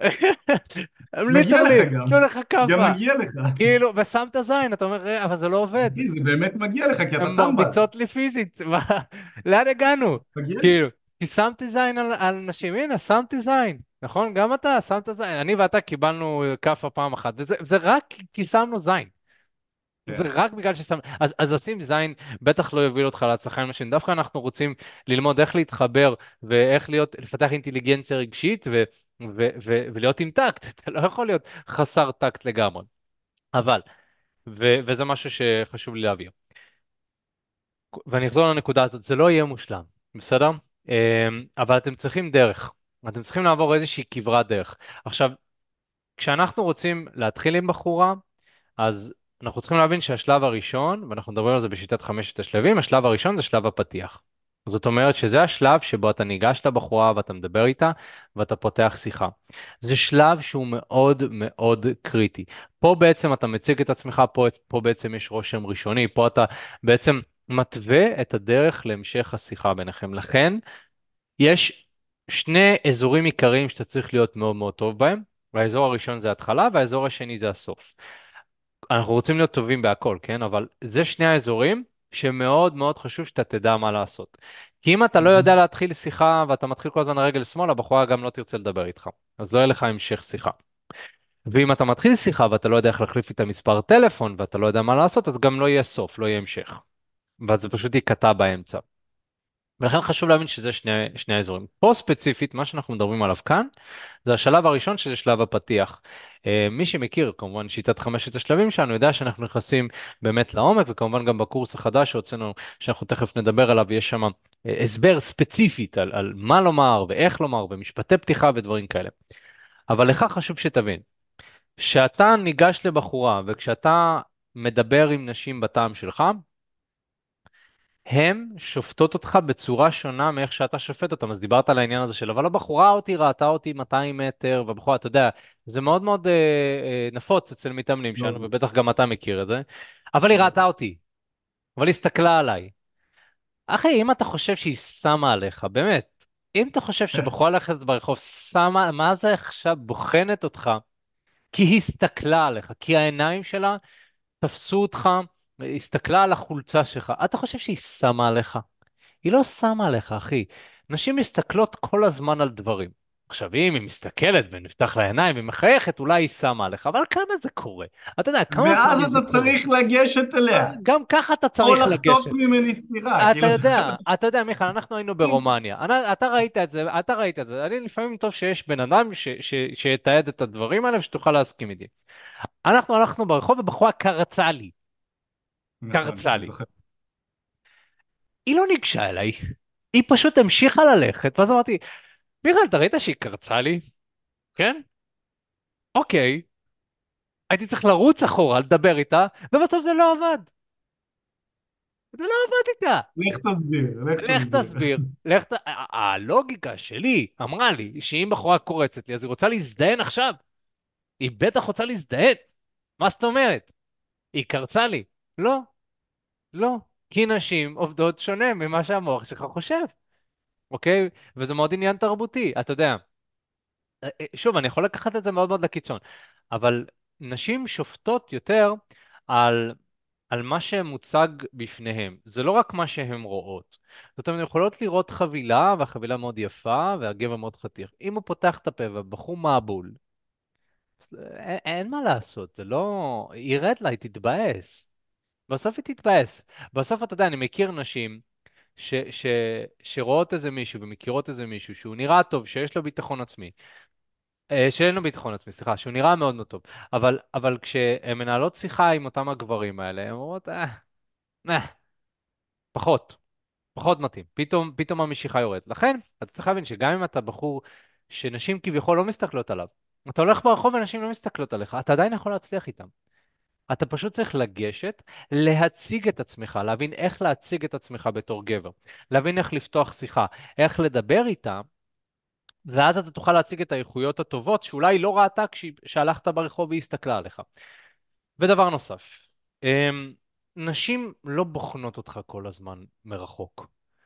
הם מגיע לך ליטרלי, גם. תנו לך גם כאפה. מגיע לך. כאילו, ושמת זין, אתה אומר, "אה, אבל זה לא עובד. אחי, זה באמת מגיע לך, כי הן אתה טמבל. מרביצות לי פיזית, מה, לאן הגענו? מגיע לך. כאילו, כי שמתי זין על, על נשים, הנה, שמתי זין, נכון? גם אתה שמת זין, אני ואתה קיבלנו כאפה פעם אחת, וזה זה רק כי שמנו זין. זה כן. רק בגלל ששם... אז, אז לשים זין בטח לא יוביל אותך להצלחה עם נשים. דווקא אנחנו רוצים ללמוד איך להתחבר ואיך להיות, לפתח אינטליגנציה רגשית ו, ו, ו, ולהיות עם טקט. אתה לא יכול להיות חסר טקט לגמרי. אבל, ו, וזה משהו שחשוב לי להבהיר. ואני אחזור לנקודה הזאת, זה לא יהיה מושלם, בסדר? אמ, אבל אתם צריכים דרך. אתם צריכים לעבור איזושהי כברת דרך. עכשיו, כשאנחנו רוצים להתחיל עם בחורה, אז אנחנו צריכים להבין שהשלב הראשון, ואנחנו מדברים על זה בשיטת חמשת השלבים, השלב הראשון זה שלב הפתיח. זאת אומרת שזה השלב שבו אתה ניגש לבחורה ואתה מדבר איתה ואתה פותח שיחה. זה שלב שהוא מאוד מאוד קריטי. פה בעצם אתה מציג את עצמך, פה, פה בעצם יש רושם ראשוני, פה אתה בעצם מתווה את הדרך להמשך השיחה ביניכם. לכן יש שני אזורים עיקריים שאתה צריך להיות מאוד מאוד טוב בהם, והאזור הראשון זה התחלה והאזור השני זה הסוף. אנחנו רוצים להיות טובים בהכל, כן? אבל זה שני האזורים שמאוד מאוד חשוב שאתה תדע מה לעשות. כי אם אתה לא יודע מהמם. להתחיל שיחה ואתה מתחיל כל הזמן לרגל שמאל, הבחורה גם לא תרצה לדבר איתך. אז לא יהיה לך המשך שיחה. ואם אתה מתחיל שיחה ואתה לא יודע איך להחליף איתה מספר טלפון ואתה לא יודע מה לעשות, אז גם לא יהיה סוף, לא יהיה המשך. ואז זה פשוט ייקטע באמצע. ולכן חשוב להבין שזה שני, שני האזורים. פה ספציפית, מה שאנחנו מדברים עליו כאן, זה השלב הראשון שזה שלב הפתיח. אה, מי שמכיר, כמובן, שיטת חמשת השלבים שלנו, יודע שאנחנו נכנסים באמת לעומק, וכמובן גם בקורס החדש שהוצאנו, שאנחנו תכף נדבר עליו, יש שם אה, הסבר ספציפית על, על מה לומר ואיך לומר, ומשפטי פתיחה ודברים כאלה. אבל לך חשוב שתבין, שאתה ניגש לבחורה, וכשאתה מדבר עם נשים בטעם שלך, הן שופטות אותך בצורה שונה מאיך שאתה שופט אותם. אז דיברת על העניין הזה של, אבל הבחורה אותי ראתה אותי מאתיים מטר, והבחורה, אתה יודע, זה מאוד מאוד אה, אה, נפוץ אצל מתאמנים שלנו, ברור. ובטח גם אתה מכיר את זה. אבל היא ראתה אותי, אבל היא הסתכלה עליי. אחי, אם אתה חושב שהיא שמה עליך, באמת, אם אתה חושב שבחורה ללכת ברחוב שמה, מה זה עכשיו בוחנת אותך? כי היא הסתכלה עליך, כי העיניים שלה תפסו אותך, הסתכלה על החולצה שלך. אתה חושב שהיא שמה עליך? היא לא שמה עליך, אחי. נשים מסתכלות כל הזמן על דברים. עכשיו, אם היא מסתכלת ונפתח לה עיניים ומחייכת, אולי היא שמה עליך, אבל כמה זה קורה? אתה יודע, כמה ואז פעמים זה אתה קורה? צריך לגשת אליה. גם ככה אתה או צריך לחטוף לגשת. ממני סטירה, אתה כאילו זה אחד יודע, אתה יודע, מיכאל, אנחנו היינו ברומניה. אני, אתה ראית את זה, אתה ראית את זה. אני לפעמים טוב שיש בן אדם ש, ש, שיתעד את הדברים האלה ושתוכל להסכים איתי. אנחנו הלכנו ברחוב ובחורה קרצה לי. נכון, קרצה אני לי. זוכר. היא לא ניגשה אליי. היא פשוט המשיכה ללכת, ואז אמרתי, מיכאל, אתה ראית שהיא קרצה לי? כן? אוקיי. הייתי צריך לרוץ אחורה, לדבר איתה, ובסוף זה לא עבד. זה לא עבד איתה. לך תסביר, לך לך תסביר. תסביר. לך ת... ה- הלוגיקה שלי אמרה לי שאם בחורה קורצת לי, אז היא רוצה להזדיין עכשיו. היא בטח רוצה להזדיין. מה זאת אומרת? היא קרצה לי. לא, לא. כי נשים עובדות שונה ממה שהמוח שלך חושב, אוקיי? וזה מאוד עניין תרבותי. אתה יודע, אה, אה, שוב, אני יכול לקחת את זה מאוד מאוד לקיצון, אבל נשים שופטות יותר על, על מה שמוצג בפניהם. זה לא רק מה שהן רואות. זאת אומרת, הן יכולות לראות חבילה, והחבילה מאוד יפה, והגבר מאוד חתיך. אם הוא פותח את הפה והבחור מבול, אז אין, אין מה לעשות, זה לא... ירד לה, היא תתבאס. בסוף היא תתבאס. בסוף, אתה יודע, אני מכיר נשים ש, ש, שרואות איזה מישהו ומכירות איזה מישהו שהוא נראה טוב, שיש לו ביטחון עצמי. אה, שאין לו ביטחון עצמי, סליחה, שהוא נראה מאוד מאוד טוב. אבל, אבל כשהן מנהלות שיחה עם אותם הגברים האלה, הן אומרות, אה, אה, פחות, פחות מתאים. פתאום, פתאום המשיכה יורדת. לכן, אתה צריך להבין שגם אם אתה בחור שנשים כביכול לא מסתכלות עליו, אתה הולך ברחוב ונשים לא מסתכלות עליך, אתה עדיין יכול להצליח איתם. אתה פשוט צריך לגשת, להציג את עצמך, להבין איך להציג את עצמך בתור גבר, להבין איך לפתוח שיחה, איך לדבר איתם, ואז אתה תוכל להציג את האיכויות הטובות שאולי היא לא ראתה כשהלכת ברחוב והיא הסתכלה עליך. ודבר נוסף, אמ, נשים לא בוחנות אותך כל הזמן מרחוק.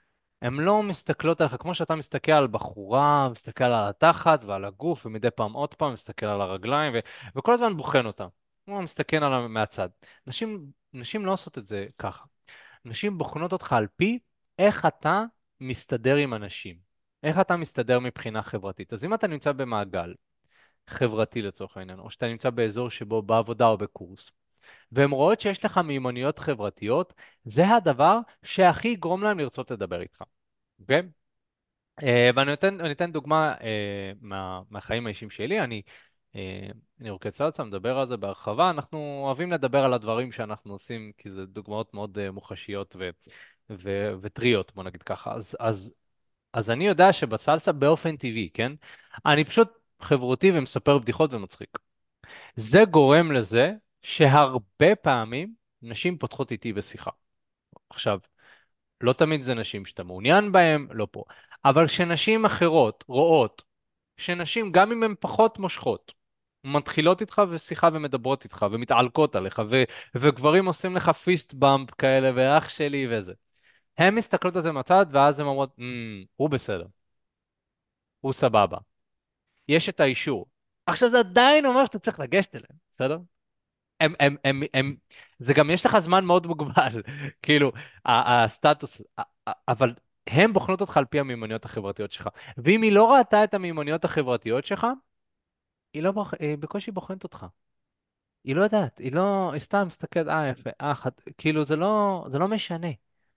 הן לא מסתכלות עליך כמו שאתה מסתכל על בחורה, מסתכל על התחת ועל הגוף, ומדי פעם עוד פעם מסתכל על הרגליים, ו... וכל הזמן בוחן אותה. הוא מסתכל עליו מהצד. נשים, נשים לא עושות את זה ככה. נשים בוחנות אותך על פי איך אתה מסתדר עם אנשים. איך אתה מסתדר מבחינה חברתית. אז אם אתה נמצא במעגל חברתי לצורך העניין, או שאתה נמצא באזור שבו בעבודה או בקורס, והן רואות שיש לך מיומנויות חברתיות, זה הדבר שהכי יגרום להם לרצות לדבר איתך. אוקיי? אה, ואני אתן, אני אתן דוגמה אה, מה, מהחיים האישיים שלי. אני, אה, אני רוקד סלסה, מדבר על זה בהרחבה. אנחנו אוהבים לדבר על הדברים שאנחנו עושים, כי זה דוגמאות מאוד אה, מוחשיות ו, ו, וטריות, בוא נגיד ככה. אז, אז, אז אני יודע שבסלסה באופן טבעי, כן? אני פשוט חברותי ומספר בדיחות ומצחיק. זה גורם לזה שהרבה פעמים נשים פותחות איתי בשיחה. עכשיו, לא תמיד זה נשים שאתה מעוניין בהן, לא פה. אבל כשנשים אחרות רואות שנשים, גם אם הן פחות מושכות, מתחילות איתך בשיחה ומדברות איתך ומתעלקות עליך, ו- וגברים עושים לך פיסט באמפ כאלה, ואח שלי וזה. הן מסתכלות על זה מהצד, ואז הן אומרות, "מ, הוא בסדר, הוא סבבה. יש את האישור." עכשיו זה עדיין אומר שאתה צריך לגשת אליהם, בסדר? הם, הם, הם, הם, זה גם יש לך זמן מאוד מוגבל, כאילו, ה- הסטטוס, ה- ה- אבל הם בוחנות אותך על פי המיומנויות החברתיות שלך. ואם היא לא ראתה את המיומנויות החברתיות שלך, היא לא בוח... היא בקושי בוחנת אותך. היא לא יודעת, היא לא, היא סתם מסתכלת, אה, יפה, אה, חת... כאילו, זה לא, זה לא משנה.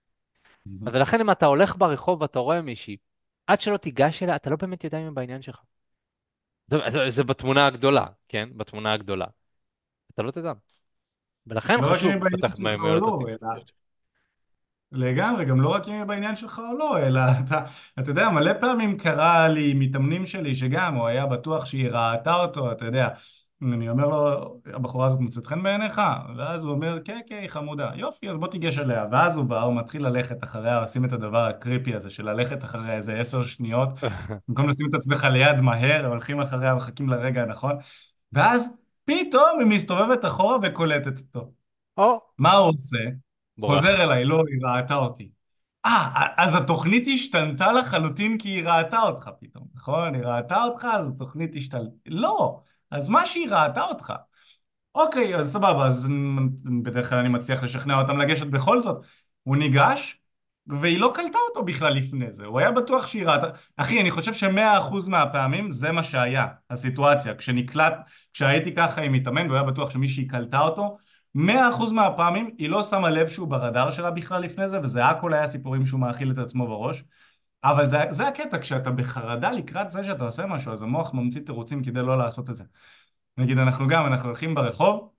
ולכן אם אתה הולך ברחוב ואתה רואה מישהי, עד שלא תיגש אליה, אתה לא באמת יודע אם היא בעניין שלך. זה, זה, זה בתמונה הגדולה, כן? בתמונה הגדולה. אתה לא תדע. ולכן לא רק אם חשוב היא בעניין לפתח את שלך או המיומנויות לא, אלא החברתיות. לגמרי, גם לא רק אם היא בעניין שלך או לא, אלא אתה, אתה יודע, מלא פעמים קרה לי מתאמנים שלי שגם הוא היה בטוח שהיא ראתה אותו, אתה יודע. אני אומר לו, הבחורה הזאת מוצאת חן בעיניך? ואז הוא אומר, כן, כן, היא חמודה. יופי, אז בוא תיגש אליה. ואז הוא בא, הוא מתחיל ללכת אחריה, לשים את הדבר הקריפי הזה של ללכת אחריה איזה עשר שניות, במקום לשים את עצמך ליד מהר, הולכים אחריה, מחכים לרגע הנכון, ואז פתאום היא מסתובבת אחורה וקולטת אותו. או, מה הוא עושה? חוזר בורח. אליי, לא, היא ראתה אותי. אה, אז התוכנית השתנתה לחלוטין כי היא ראתה אותך פתאום, נכון? היא ראתה אותך, אז התוכנית השתנתה. לא, אז מה שהיא ראתה אותך. אוקיי, אז סבבה, אז נ- בדרך כלל אני מצליח לשכנע אותם לגשת בכל זאת. הוא ניגש, והיא לא קלטה אותו בכלל לפני זה. הוא היה בטוח שהיא ראתה. אחי, אני חושב שמאה אחוז מהפעמים זה מה שהיה, הסיטואציה. כשנקלט, כשהייתי ככה עם מתאמן, והוא היה בטוח שמישהי קלטה אותו, מאה אחוז מהפעמים היא לא שמה לב שהוא ברדאר שלה בכלל לפני זה, וזה הכל היה סיפורים שהוא מאכיל את עצמו בראש. אבל זה, זה הקטע, כשאתה בחרדה לקראת זה שאתה עושה משהו, אז המוח ממציא תירוצים כדי לא לעשות את זה. נגיד, אנחנו גם, אנחנו הולכים ברחוב,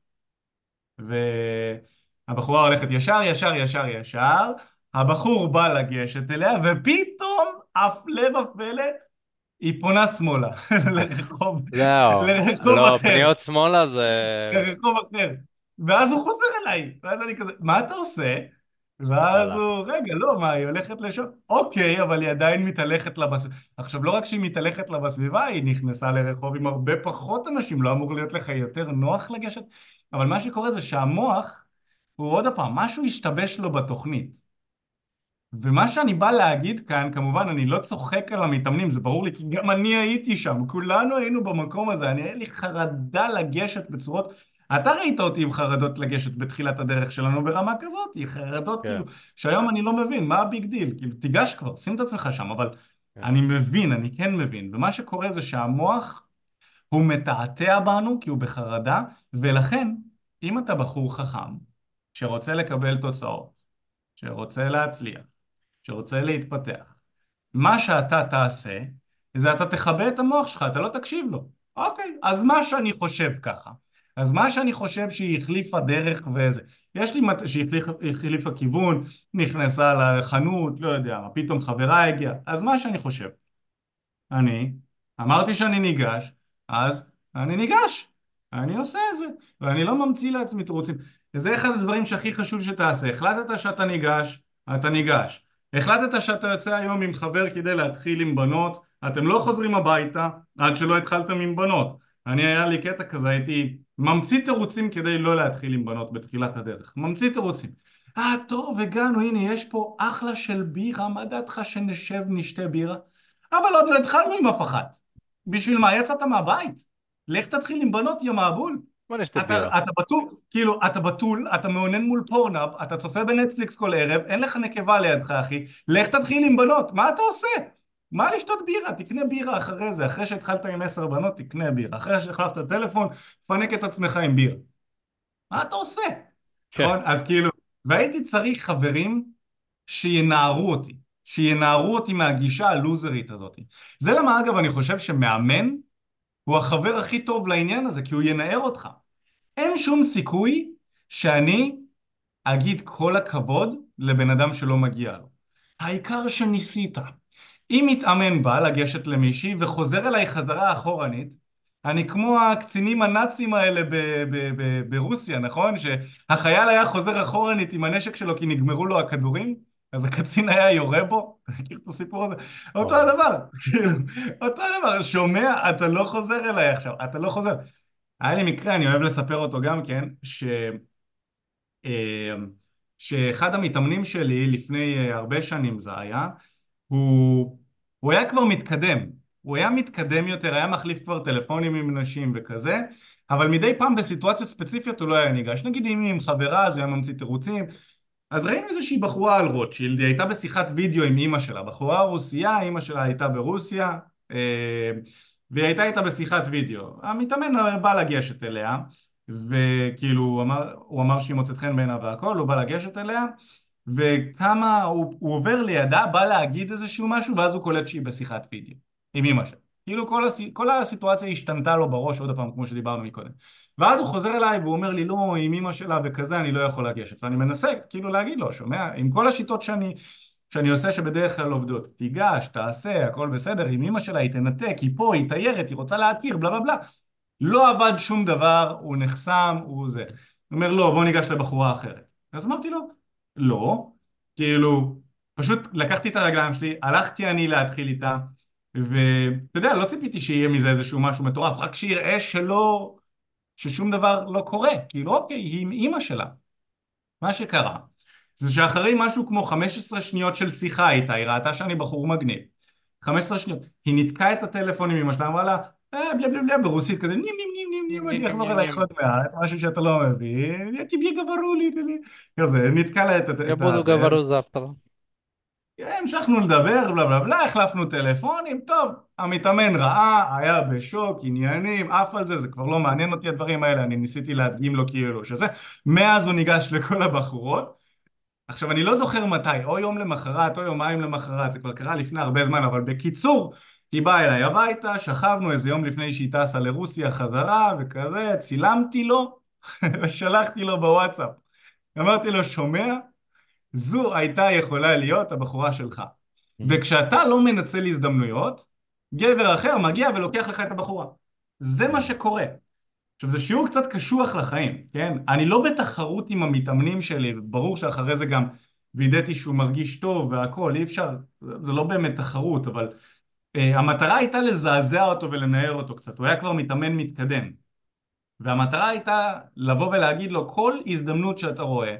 והבחורה הולכת ישר, ישר, ישר, ישר, הבחור בא לגשת אליה, ופתאום, הפלא ופלא, היא פונה שמאלה, לרחוב, זהו. לרחוב לא, אחר, פניות שמאלה זה... לרחוב אחר. ואז הוא חוזר אליי, ואז אני כזה, מה אתה עושה? ואז יאללה. הוא, רגע, לא, מה, היא הולכת לשם? אוקיי, אבל היא עדיין מתהלכת לה בסביבה. עכשיו, לא רק שהיא מתהלכת לה בסביבה, היא נכנסה לרחוב עם הרבה פחות אנשים, לא אמור להיות לך יותר נוח לגשת? אבל מה שקורה זה שהמוח, הוא עוד פעם, משהו השתבש לו בתוכנית. ומה שאני בא להגיד כאן, כמובן, אני לא צוחק על המתאמנים, זה ברור לי, כי גם אני הייתי שם, כולנו היינו במקום הזה, אני, היה לי חרדה לגשת בצורות, אתה ראית אותי עם חרדות לגשת בתחילת הדרך שלנו ברמה כזאת, חרדות כן, כאילו, שהיום אני לא מבין, מה הביג דיל? כאילו, תיגש כבר, שים את עצמך שם, אבל כן, אני מבין, אני כן מבין, ומה שקורה זה שהמוח, הוא מתעתע בנו כי הוא בחרדה, ולכן, אם אתה בחור חכם, שרוצה לקבל תוצאות, שרוצה להצליח, שרוצה להתפתח, מה שאתה תעשה, זה אתה תכבה את המוח שלך, אתה לא תקשיב לו. אוקיי, אז מה שאני חושב ככה. אז מה שאני חושב שהיא החליפה דרך וזה. יש לי מת... שהיא החליפה, החליפה כיוון, נכנסה לחנות, לא יודע מה, פתאום חברה הגיעה. אז מה שאני חושב. אני אמרתי שאני ניגש, אז אני ניגש. אני עושה את זה, ואני לא ממציא לעצמי תירוצים. וזה אחד הדברים שהכי חשוב שתעשה. החלטת שאתה ניגש, אתה ניגש. החלטת שאתה יוצא היום עם חבר כדי להתחיל עם בנות, אתם לא חוזרים הביתה עד שלא התחלתם עם בנות. אני, היה לי קטע כזה, הייתי ממציא תירוצים כדי לא להתחיל עם בנות בתחילת הדרך. ממציא תירוצים. אה, טוב, הגענו, הנה, יש פה אחלה של בירה, מה דעתך שנשב נשתה בירה? אבל עוד לא התחלנו עם אף אחת. בשביל מה יצאת מהבית? לך תתחיל עם בנות, יא מעבול. בוא נשתה בירה. אתה, אתה בתול, כאילו, אתה בתול, אתה מאונן מול פורנאפ, אתה צופה בנטפליקס כל ערב, אין לך נקבה לידך, אחי. לך תתחיל עם בנות, מה אתה עושה? מה לשתות בירה? תקנה בירה אחרי זה, אחרי שהתחלת עם עשר בנות, תקנה בירה. אחרי שהחלפת טלפון, פנק את עצמך עם בירה. מה אתה עושה? כן. נכון? אז כאילו, והייתי צריך חברים שינערו אותי, שינערו אותי מהגישה הלוזרית הזאת. זה למה, אגב, אני חושב שמאמן הוא החבר הכי טוב לעניין הזה, כי הוא ינער אותך. אין שום סיכוי שאני אגיד כל הכבוד לבן אדם שלא מגיע לו. העיקר שניסית. אם מתאמן בא לגשת למישהי וחוזר אליי חזרה אחורנית, אני כמו הקצינים הנאצים האלה ב- ב- ב- ברוסיה, נכון? שהחייל היה חוזר אחורנית עם הנשק שלו כי נגמרו לו הכדורים, אז הקצין היה יורה בו. אתה מכיר את הסיפור הזה? אותו וואו. הדבר, כאילו, אותו הדבר, שומע, אתה לא חוזר אליי עכשיו, אתה לא חוזר. היה לי מקרה, אני אוהב לספר אותו גם כן, ש... אה, שאחד המתאמנים שלי לפני אה, הרבה שנים זה היה, הוא, הוא היה כבר מתקדם, הוא היה מתקדם יותר, היה מחליף כבר טלפונים עם נשים וכזה, אבל מדי פעם בסיטואציות ספציפיות הוא לא היה ניגש. נגיד אם היא עם חברה אז הוא היה ממציא תירוצים. אז ראינו איזושהי בחורה על רוטשילד, היא הייתה בשיחת וידאו עם אימא שלה, בחורה רוסייה, אימא שלה הייתה ברוסיה, אה, והיא הייתה איתה בשיחת וידאו. המתאמן בא לגשת אליה, וכאילו הוא אמר, הוא אמר שהיא מוצאת חן בעיניו והכל, הוא בא לגשת אליה, וכמה הוא, הוא עובר לידה, בא להגיד איזשהו משהו, ואז הוא קולט שהיא בשיחת וידאו עם אמא שלה. כאילו כל, הס... כל הסיטואציה השתנתה לו בראש עוד פעם, כמו שדיברנו מקודם. ואז הוא חוזר אליי והוא אומר לי, לא, עם אמא שלה וכזה אני לא יכול לגשת. ואני מנסה כאילו להגיד לו, שומע, עם כל השיטות שאני, שאני עושה שבדרך כלל עובדות, תיגש, תעשה, הכל בסדר, עם אמא שלה היא תנתק, היא פה, היא תיירת, היא רוצה להתיר, בלה בלה בלה. לא עבד שום דבר, הוא נחסם, הוא זה. הוא אומר, לא, בוא ניגש לבחורה אחרת. אז אמרתי לו, לא, כאילו, פשוט לקחתי את הרגליים שלי, הלכתי אני להתחיל איתה, ואתה יודע, לא ציפיתי שיהיה מזה איזשהו משהו מטורף, רק שיראה שלא, ששום דבר לא קורה. כאילו, אוקיי, היא עם אימא שלה. מה שקרה, זה שאחרי משהו כמו חמש עשרה שניות של שיחה איתה, היא ראתה שאני בחור מגניב. חמש עשרה שניות, היא ניתקה את הטלפון עם אמא שלה, אמרה לה, אה, בלה בלה בלה, ברוסית כזה, נים נים נים נים נים נים, נים אני נים אחזור נים אלייך נים. עוד מעט, משהו שאתה לא מבין, תהיה גברו לי, לי, כזה, ניתקה לה את, את, Я את буду הזה, говорю завтра. המשכנו לדבר, בלה בלה בלה, החלפנו טלפונים, טוב, המתאמן ראה, היה בשוק, עניינים, עף על זה, זה כבר לא מעניין אותי הדברים האלה, אני ניסיתי להדגים לו כאילו שזה, מאז הוא ניגש לכל הבחורות. עכשיו אני לא זוכר מתי, או יום למחרת או יומיים למחרת, זה כבר קרה לפני הרבה זמן, אבל בקיצור, היא באה אליי הביתה, שכבנו איזה יום לפני שהיא טסה לרוסיה חזרה וכזה, צילמתי לו ושלחתי לו בוואטסאפ. אמרתי לו, שומע? זו הייתה יכולה להיות הבחורה שלך. Mhm. וכשאתה לא מנצל הזדמנויות, גבר אחר מגיע ולוקח לך את הבחורה. זה מה Mhm. שקורה. עכשיו זה שיעור קצת קשוח לחיים, כן? אני לא בתחרות עם המתאמנים שלי, ברור שאחרי זה גם וידאתי שהוא מרגיש טוב והכל, אי אפשר, זה לא באמת תחרות, אבל uh, המטרה הייתה לזעזע אותו ולנער אותו קצת, הוא היה כבר מתאמן מתקדם, והמטרה הייתה לבוא ולהגיד לו כל הזדמנות שאתה רואה,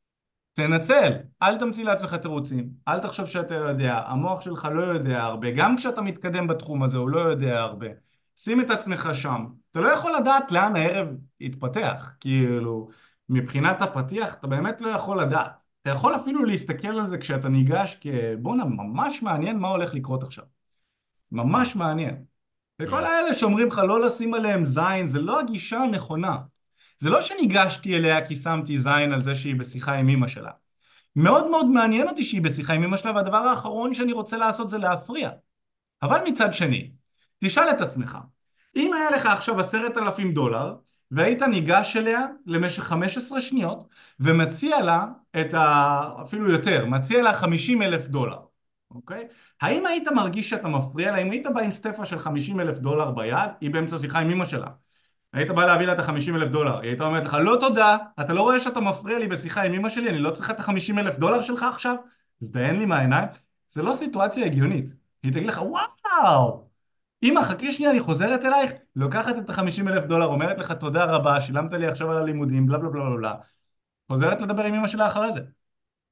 תנצל, אל תמציא לעצמך תירוצים, אל תחשוב שאתה יודע, המוח שלך לא יודע הרבה, גם כשאתה מתקדם בתחום הזה הוא לא יודע הרבה. שים את עצמך שם. אתה לא יכול לדעת לאן הערב יתפתח, כאילו, מבחינת הפתיח אתה באמת לא יכול לדעת. אתה יכול אפילו להסתכל על זה כשאתה ניגש כבואנה, ממש מעניין מה הולך לקרות עכשיו. Mhm. ממש מעניין. וכל Mhm. האלה שאומרים לך לא לשים עליהם זין, זה לא הגישה הנכונה. זה לא שניגשתי אליה כי שמתי זין על זה שהיא בשיחה עם אמא שלה. מאוד מאוד מעניין אותי שהיא בשיחה עם אמא שלה, והדבר האחרון שאני רוצה לעשות זה להפריע. אבל מצד שני, תשאל את עצמך, אם היה לך עכשיו עשרת אלפים דולר, והיית ניגש אליה למשך חמש עשרה שניות, ומציע לה את ה... אפילו יותר, מציע לה חמישים אלף דולר, אוקיי? האם היית מרגיש שאתה מפריע לה? אם היית בא עם סטפה של חמישים אלף דולר ביד, היא באמצע שיחה עם אמא שלה. היית בא להביא לה את ה-חמישים אלף דולר, היא הייתה אומרת לך, לא תודה, אתה לא רואה שאתה מפריע לי בשיחה עם אמא שלי, אני לא צריכה את ה-חמישים אלף דולר שלך עכשיו? הזדיין לי מהעיניים. זה לא סיטואציה הגיונית. היא תגיד לך, וואו, אמא, חכי שנייה, אני חוזרת אלייך, לוקחת את ה-חמישים אלף דולר, אומרת לך, תודה רבה, שילמת לי עכשיו על הלימודים, בלה בלה בלה בלה בלה. חוזרת לדבר עם אמא שלה אחרי זה.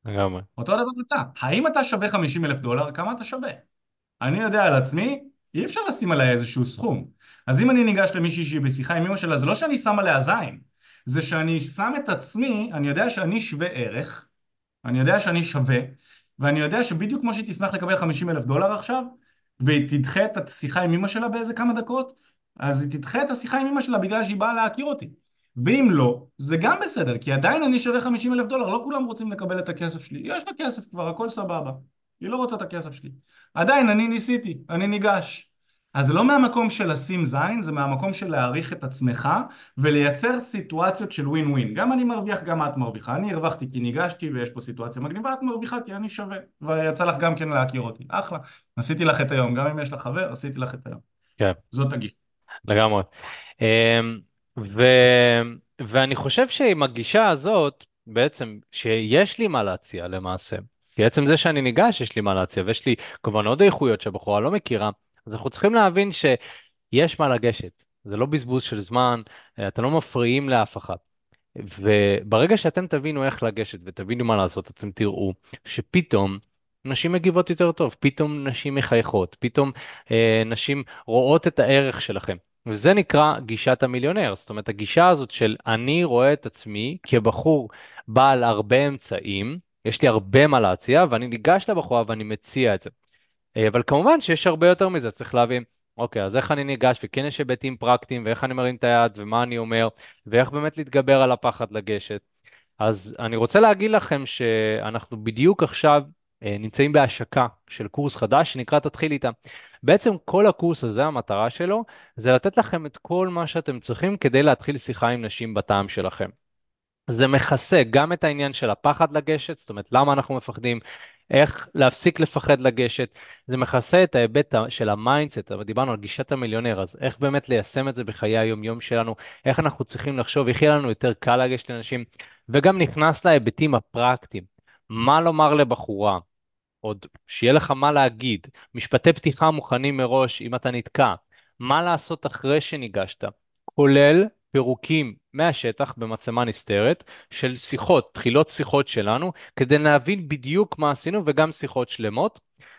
לגמרי. אותו דבר אתה. האם אתה שווה חמישים אלף דולר? כמה אתה שווה? אני יודע על עצמי, אי אפשר לשים עליה איזשהו סכום. אז אם אני ניגש למישהי שהיא בשיחה עם אמא שלה, זה לא שאני שם עליה זין, זה שאני שם את עצמי, אני יודע שאני שווה ערך, אני יודע שאני שווה, ואני יודע שבדיוק כמו שהיא תשמח לקבל חמישים אלף דולר עכשיו, והיא תדחה את השיחה עם אמא שלה באיזה כמה דקות, אז היא תדחה את השיחה עם אמא שלה בגלל שהיא באה להכיר אותי. ואם לא, זה גם בסדר, כי עדיין אני שווה חמישים אלף דולר, לא כולם רוצים לקבל את הכסף שלי. יש לה כסף כבר, הכל סבבה. היא לא רוצה את הכסף שלי. עדיין, אני ניסיתי, אני ניגש. אז זה לא מהמקום של לשים זין, זה מהמקום של להעריך את עצמך ולייצר סיטואציות של ווין ווין. גם אני מרוויח, גם את מרוויחה. אני הרווחתי כי ניגשתי ויש פה סיטואציה מגניבה, את מרוויחה כי אני שווה. ויצא לך גם כן להכיר אותי. אחלה. עשיתי לך את היום. גם אם יש לך חבר, עשיתי לך את היום. כן. זאת הגישה. לגמרי. אמ, ו... ואני חושב שעם הגישה הזאת, בעצם, שיש לי מה להציע למעשה, כי עצם זה שאני ניגש, יש לי מה להציע, ויש לי כמובן עוד איכויות שהבחורה לא מכירה, אז אנחנו צריכים להבין שיש מה לגשת. זה לא בזבוז של זמן, אה, אתם לא מפריעים לאף אחד. וברגע שאתם תבינו איך לגשת ותבינו מה לעשות, אתם תראו שפתאום נשים מגיבות יותר טוב, פתאום נשים מחייכות, פתאום אה, נשים רואות את הערך שלכם. וזה נקרא גישת המיליונר. זאת אומרת, הגישה הזאת של אני רואה את עצמי כבחור בעל הרבה אמצעים, יש לי הרבה מה להציע, ואני ניגש לבחורה ואני מציע את זה. אה, אבל כמובן שיש הרבה יותר מזה, צריך להבין, אוקיי, אז איך אני ניגש, וכן יש היבטים פרקטיים, ואיך אני מרים את היד, ומה אני אומר, ואיך באמת להתגבר על הפחד לגשת. אז אני רוצה להגיד לכם שאנחנו בדיוק עכשיו אה, נמצאים בהשקה של קורס חדש שנקרא תתחיל איתה. בעצם כל הקורס הזה, המטרה שלו, זה לתת לכם את כל מה שאתם צריכים כדי להתחיל שיחה עם נשים בטעם שלכם. זה מכסה גם את העניין של הפחד לגשת, זאת אומרת, למה אנחנו מפחדים, איך להפסיק לפחד לגשת, זה מכסה את ההיבט ה- של המיינדסט, אבל דיברנו על גישת המיליונר, אז איך באמת ליישם את זה בחיי היום-יום שלנו, איך אנחנו צריכים לחשוב, איך יהיה לנו יותר קל לגשת לאנשים, וגם נכנס להיבטים הפרקטיים, מה לומר לבחורה, עוד שיהיה לך מה להגיד, משפטי פתיחה מוכנים מראש אם אתה נתקע, מה לעשות אחרי שניגשת, כולל פירוקים מהשטח במצלמה נסתרת של שיחות, תחילות שיחות שלנו, כדי להבין בדיוק מה עשינו וגם שיחות שלמות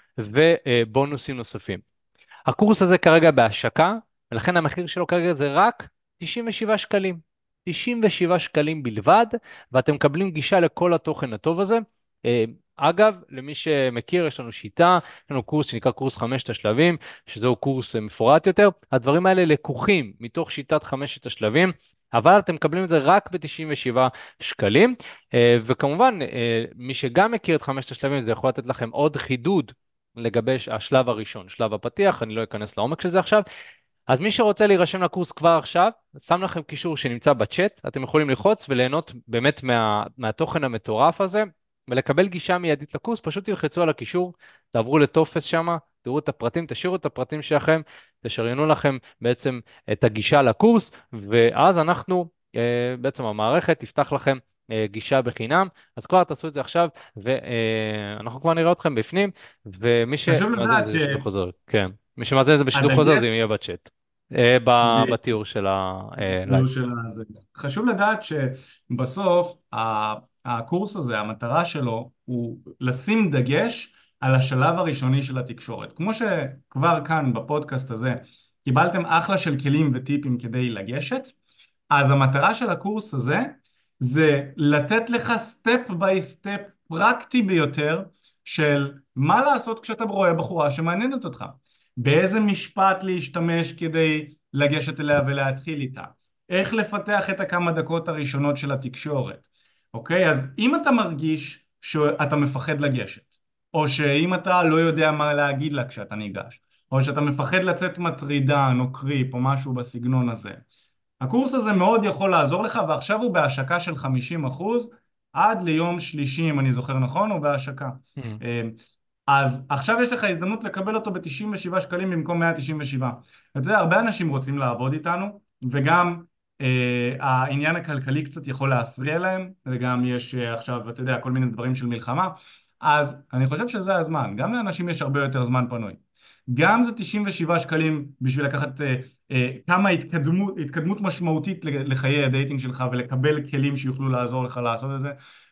ובונוסים נוספים. הקורס הזה כרגע בהשקה, ולכן המחיר שלו כרגע זה רק תשעים ושבעה שקלים. תשעים ושבעה שקלים בלבד, ואתם מקבלים גישה לכל התוכן הטוב הזה. אה, אגב, למי שמכיר, יש לנו שיטה, יש לנו קורס שנקרא קורס חמשת השלבים, שזהו קורס אה, מפורט יותר. הדברים האלה לקוחים מתוך שיטת חמשת השלבים, אבל אתם מקבלים את זה רק ב-תשעים ושבעה שקלים. אה, וכמובן, אה, מי שגם מכיר את חמשת השלבים, זה יכול לתת לכם עוד חידוד לגבי השלב הראשון, שלב הפתיח, אני לא אכנס לעומק של זה עכשיו. אז מי שרוצה להירשם לקורס כבר עכשיו, שם לכם קישור שנמצא בצ'אט, אתם יכולים ללחוץ וליהנות באמת מה, מהתוכן המטורף הזה, ולקבל גישה מיידית לקורס, פשוט תלחצו על הקישור, תעברו לטופס שם, תראו את הפרטים, תשאירו את הפרטים שלכם, תשריינו לכם בעצם את הגישה לקורס, ואז אנחנו, אה, בעצם המערכת תפתח לכם אה, גישה בחינם, אז כבר תעשו את זה עכשיו, ואנחנו כבר נראה אתכם בפנים. ומי חשוב שמאזין לדעת לזה בשידור חוזר, כן. מי שמאזין לזה בשידור חוזר שהדגש זה יהיה בצ'אט. אה, ב- בתיאור של הלייב. הדיור של הזה. חשוב לדעת שבסוף ה- הקורס הזה, המטרה שלו הוא לשים דגש על השלב הראשוני של התקשורת. כמו שכבר כאן בפודקאסט הזה קיבלתם אחלה של כלים וטיפים כדי לגשת, אז המטרה של הקורס הזה זה לתת לך סטפ ביי סטפ פרקטי ביותר של מה לעשות כשאתה רואה בחורה שמעניינת אותך. באיזה משפט להשתמש כדי לגשת אליה ולהתחיל איתה. איך לפתח את הכמה דקות הראשונות של התקשורת. אוקיי? אז אם אתה מרגיש שאתה מפחד לגשת, או שאם אתה לא יודע מה להגיד לה כשאתה ניגש, או שאתה מפחד לצאת מטרידן או קריפ או משהו בסגנון הזה, הקורס הזה מאוד יכול לעזור לך, ועכשיו הוא בהשקה של חמישים אחוז עד ליום שלישי, אם אני זוכר נכון, הוא בהשקה. Mm. אה, אז עכשיו יש לך הזדמנות לקבל אותו ב-תשעים ושבעה שקלים במקום מאה תשעים ושבע. אתה יודע, הרבה אנשים רוצים לעבוד איתנו, וגם אה, העניין הכלכלי קצת יכול להפריע להם, וגם יש אה, עכשיו, אתה יודע, כל מיני דברים של מלחמה, אז אני חושב שזה הזמן. גם לאנשים יש הרבה יותר זמן פנוי. גם זה תשעים ושבעה שקלים בשביל לקחת אה, אה, כמה התקדמות, התקדמות משמעותית לחיי הדייטינג שלך ולקבל כלים שיוכלו לעזור לך לעשות את זה.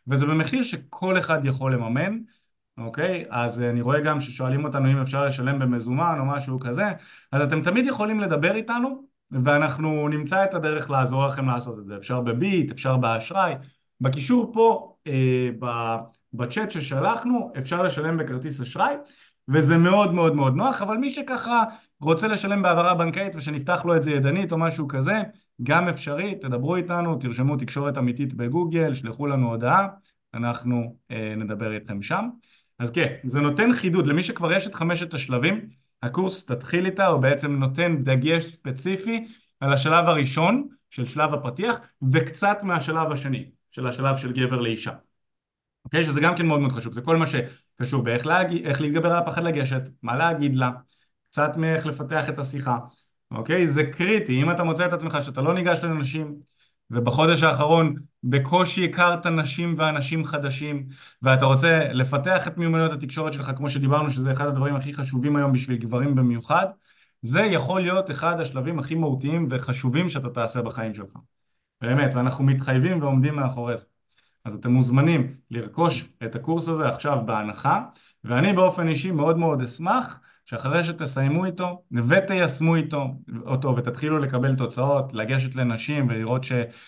וזה במחיר שכל אחד יכול לממן. אוקיי? אז אה, אני רואה גם ששואלים אותנו אם אפשר לשלם במזומן או משהו כזה, אז אתם תמיד יכולים לדבר איתנו, ואנחנו נמצא את הדרך לעזור לכם לעשות את זה. אפשר בביט, אפשר באשראי. בקישור פה, אה, ב- בצ'אט ששלחנו, אפשר לשלם בכרטיס אשראי, וזה מאוד מאוד מאוד נוח, אבל מי שככה רוצה לשלם בהעברה בנקאית ושנפתח לו את זה ידנית או משהו כזה, גם אפשרי, תדברו איתנו, תרשמו תקשורת אמיתית בגוגל, שלחו לנו הודעה, אנחנו אה, נדבר איתכם שם. אז כן, זה נותן חידוד למי שכבר יש את חמשת השלבים. הקורס תתחיל איתה הוא בעצם נותן דגש ספציפי על השלב הראשון של שלב הפתיח וקצת מהשלב השני של השלב של גבר לאישה. אוקיי? שזה גם כן מאוד מאוד חשוב, זה כל מה שקשור באיך להגיד, איך להתגבר על הפחד לגשת, מה להגיד לה, קצת מאיך לפתח את השיחה. אוקיי? זה קריטי. אם אתה מוצא את עצמך שאתה לא ניגש לנשים ובחודש האחרון בקושי הכרת נשים ואנשים חדשים ואתה רוצה לפתח את מיומנויות התקשורת שלך, כמו שדיברנו שזה אחד הדברים הכי חשובים היום בשביל גברים במיוחד, זה יכול להיות אחד השלבים הכי מהותיים וחשובים שאתה תעשה בחיים שלך. באמת, ואנחנו מתחייבים ועומדים מאחורי זה. אז אתם מוזמנים לרכוש את הקורס הזה עכשיו בהנחה, ואני באופן אישי מאוד מאוד אשמח שאחרי שתסיימו איתו ותיישמו איתו אותו ותתחילו לקבל תוצאות, לגשת לנשים ולראות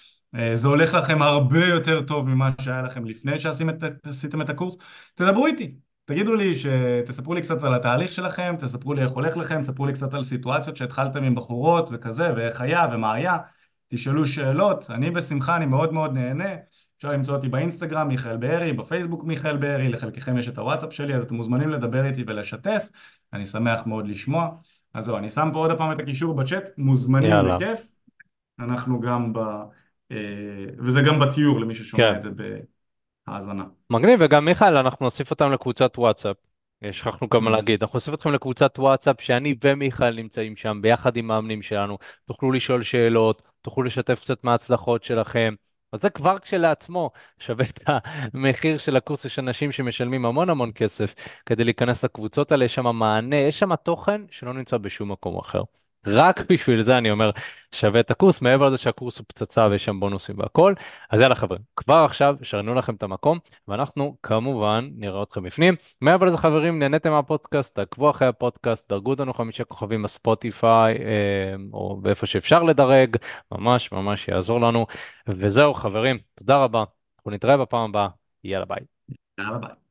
שזה הולך לכם הרבה יותר טוב ממה שהיה לכם לפני שעשיתם את, עשיתם את הקורס, תדברו איתי. תגידו לי, תספרו לי קצת על התהליך שלכם, תספרו לי איך הולך לכם, תספרו לי קצת על סיטואציות שהתחלתם עם בחורות וכזה, ואיך היה ומה היה, תשאלו שאלות, אני בשמחה, אני מאוד מאוד נהנה. אפשר למצוא אותי באינסטגרם, מיכאל בארי, בפייסבוק מיכאל בארי, לחלקכם יש את הוואטסאפ שלי, אז אתם מוזמנים לדבר איתי ולשתף, אני שמח מאוד לשמוע. אז זהו, אני שם פה עוד פעם את הקישור בצ'אט, מוזמנים יאללה. בכיף, אנחנו גם ב... אה, וזה גם בתיאור למי ששומע כן. את זה בהאזנה. מגניב, וגם מיכאל, אנחנו נוסיף אותם לקבוצת וואטסאפ. אה, שכחנו גם מהמם. להגיד, אנחנו נוסיף אתכם לקבוצת וואטסאפ שאני ומיכאל נמצאים שם ביחד עם מאמנים שלנו. תוכלו לשאול שאלות, תוכלו לשתף קצת מההצלחות שלכם. אז זה כבר כשלעצמו שווה את המחיר של הקורס. יש אנשים שמשלמים המון המון כסף כדי להיכנס לקבוצות האלה, יש שם מענה, יש שם תוכן שלא נמצא בשום מקום אחר. רק בשביל זה אני אומר שווה את הקורס, מעבר לזה שהקורס הוא פצצה ויש שם בונוסים והכל. אז יאללה חברים, כבר עכשיו שרנו לכם את המקום, ואנחנו כמובן נראה אתכם בפנים. מעבר לזה חברים, נהניתם מהפודקאסט, תעקבו אחרי הפודקאסט, דרגו אותנו חמישה כוכבים בספוטיפיי, אה, או באיפה שאפשר לדרג, ממש ממש יעזור לנו. וזהו חברים, תודה רבה, אנחנו נתראה בפעם הבאה, יאללה ביי. יאללה ביי.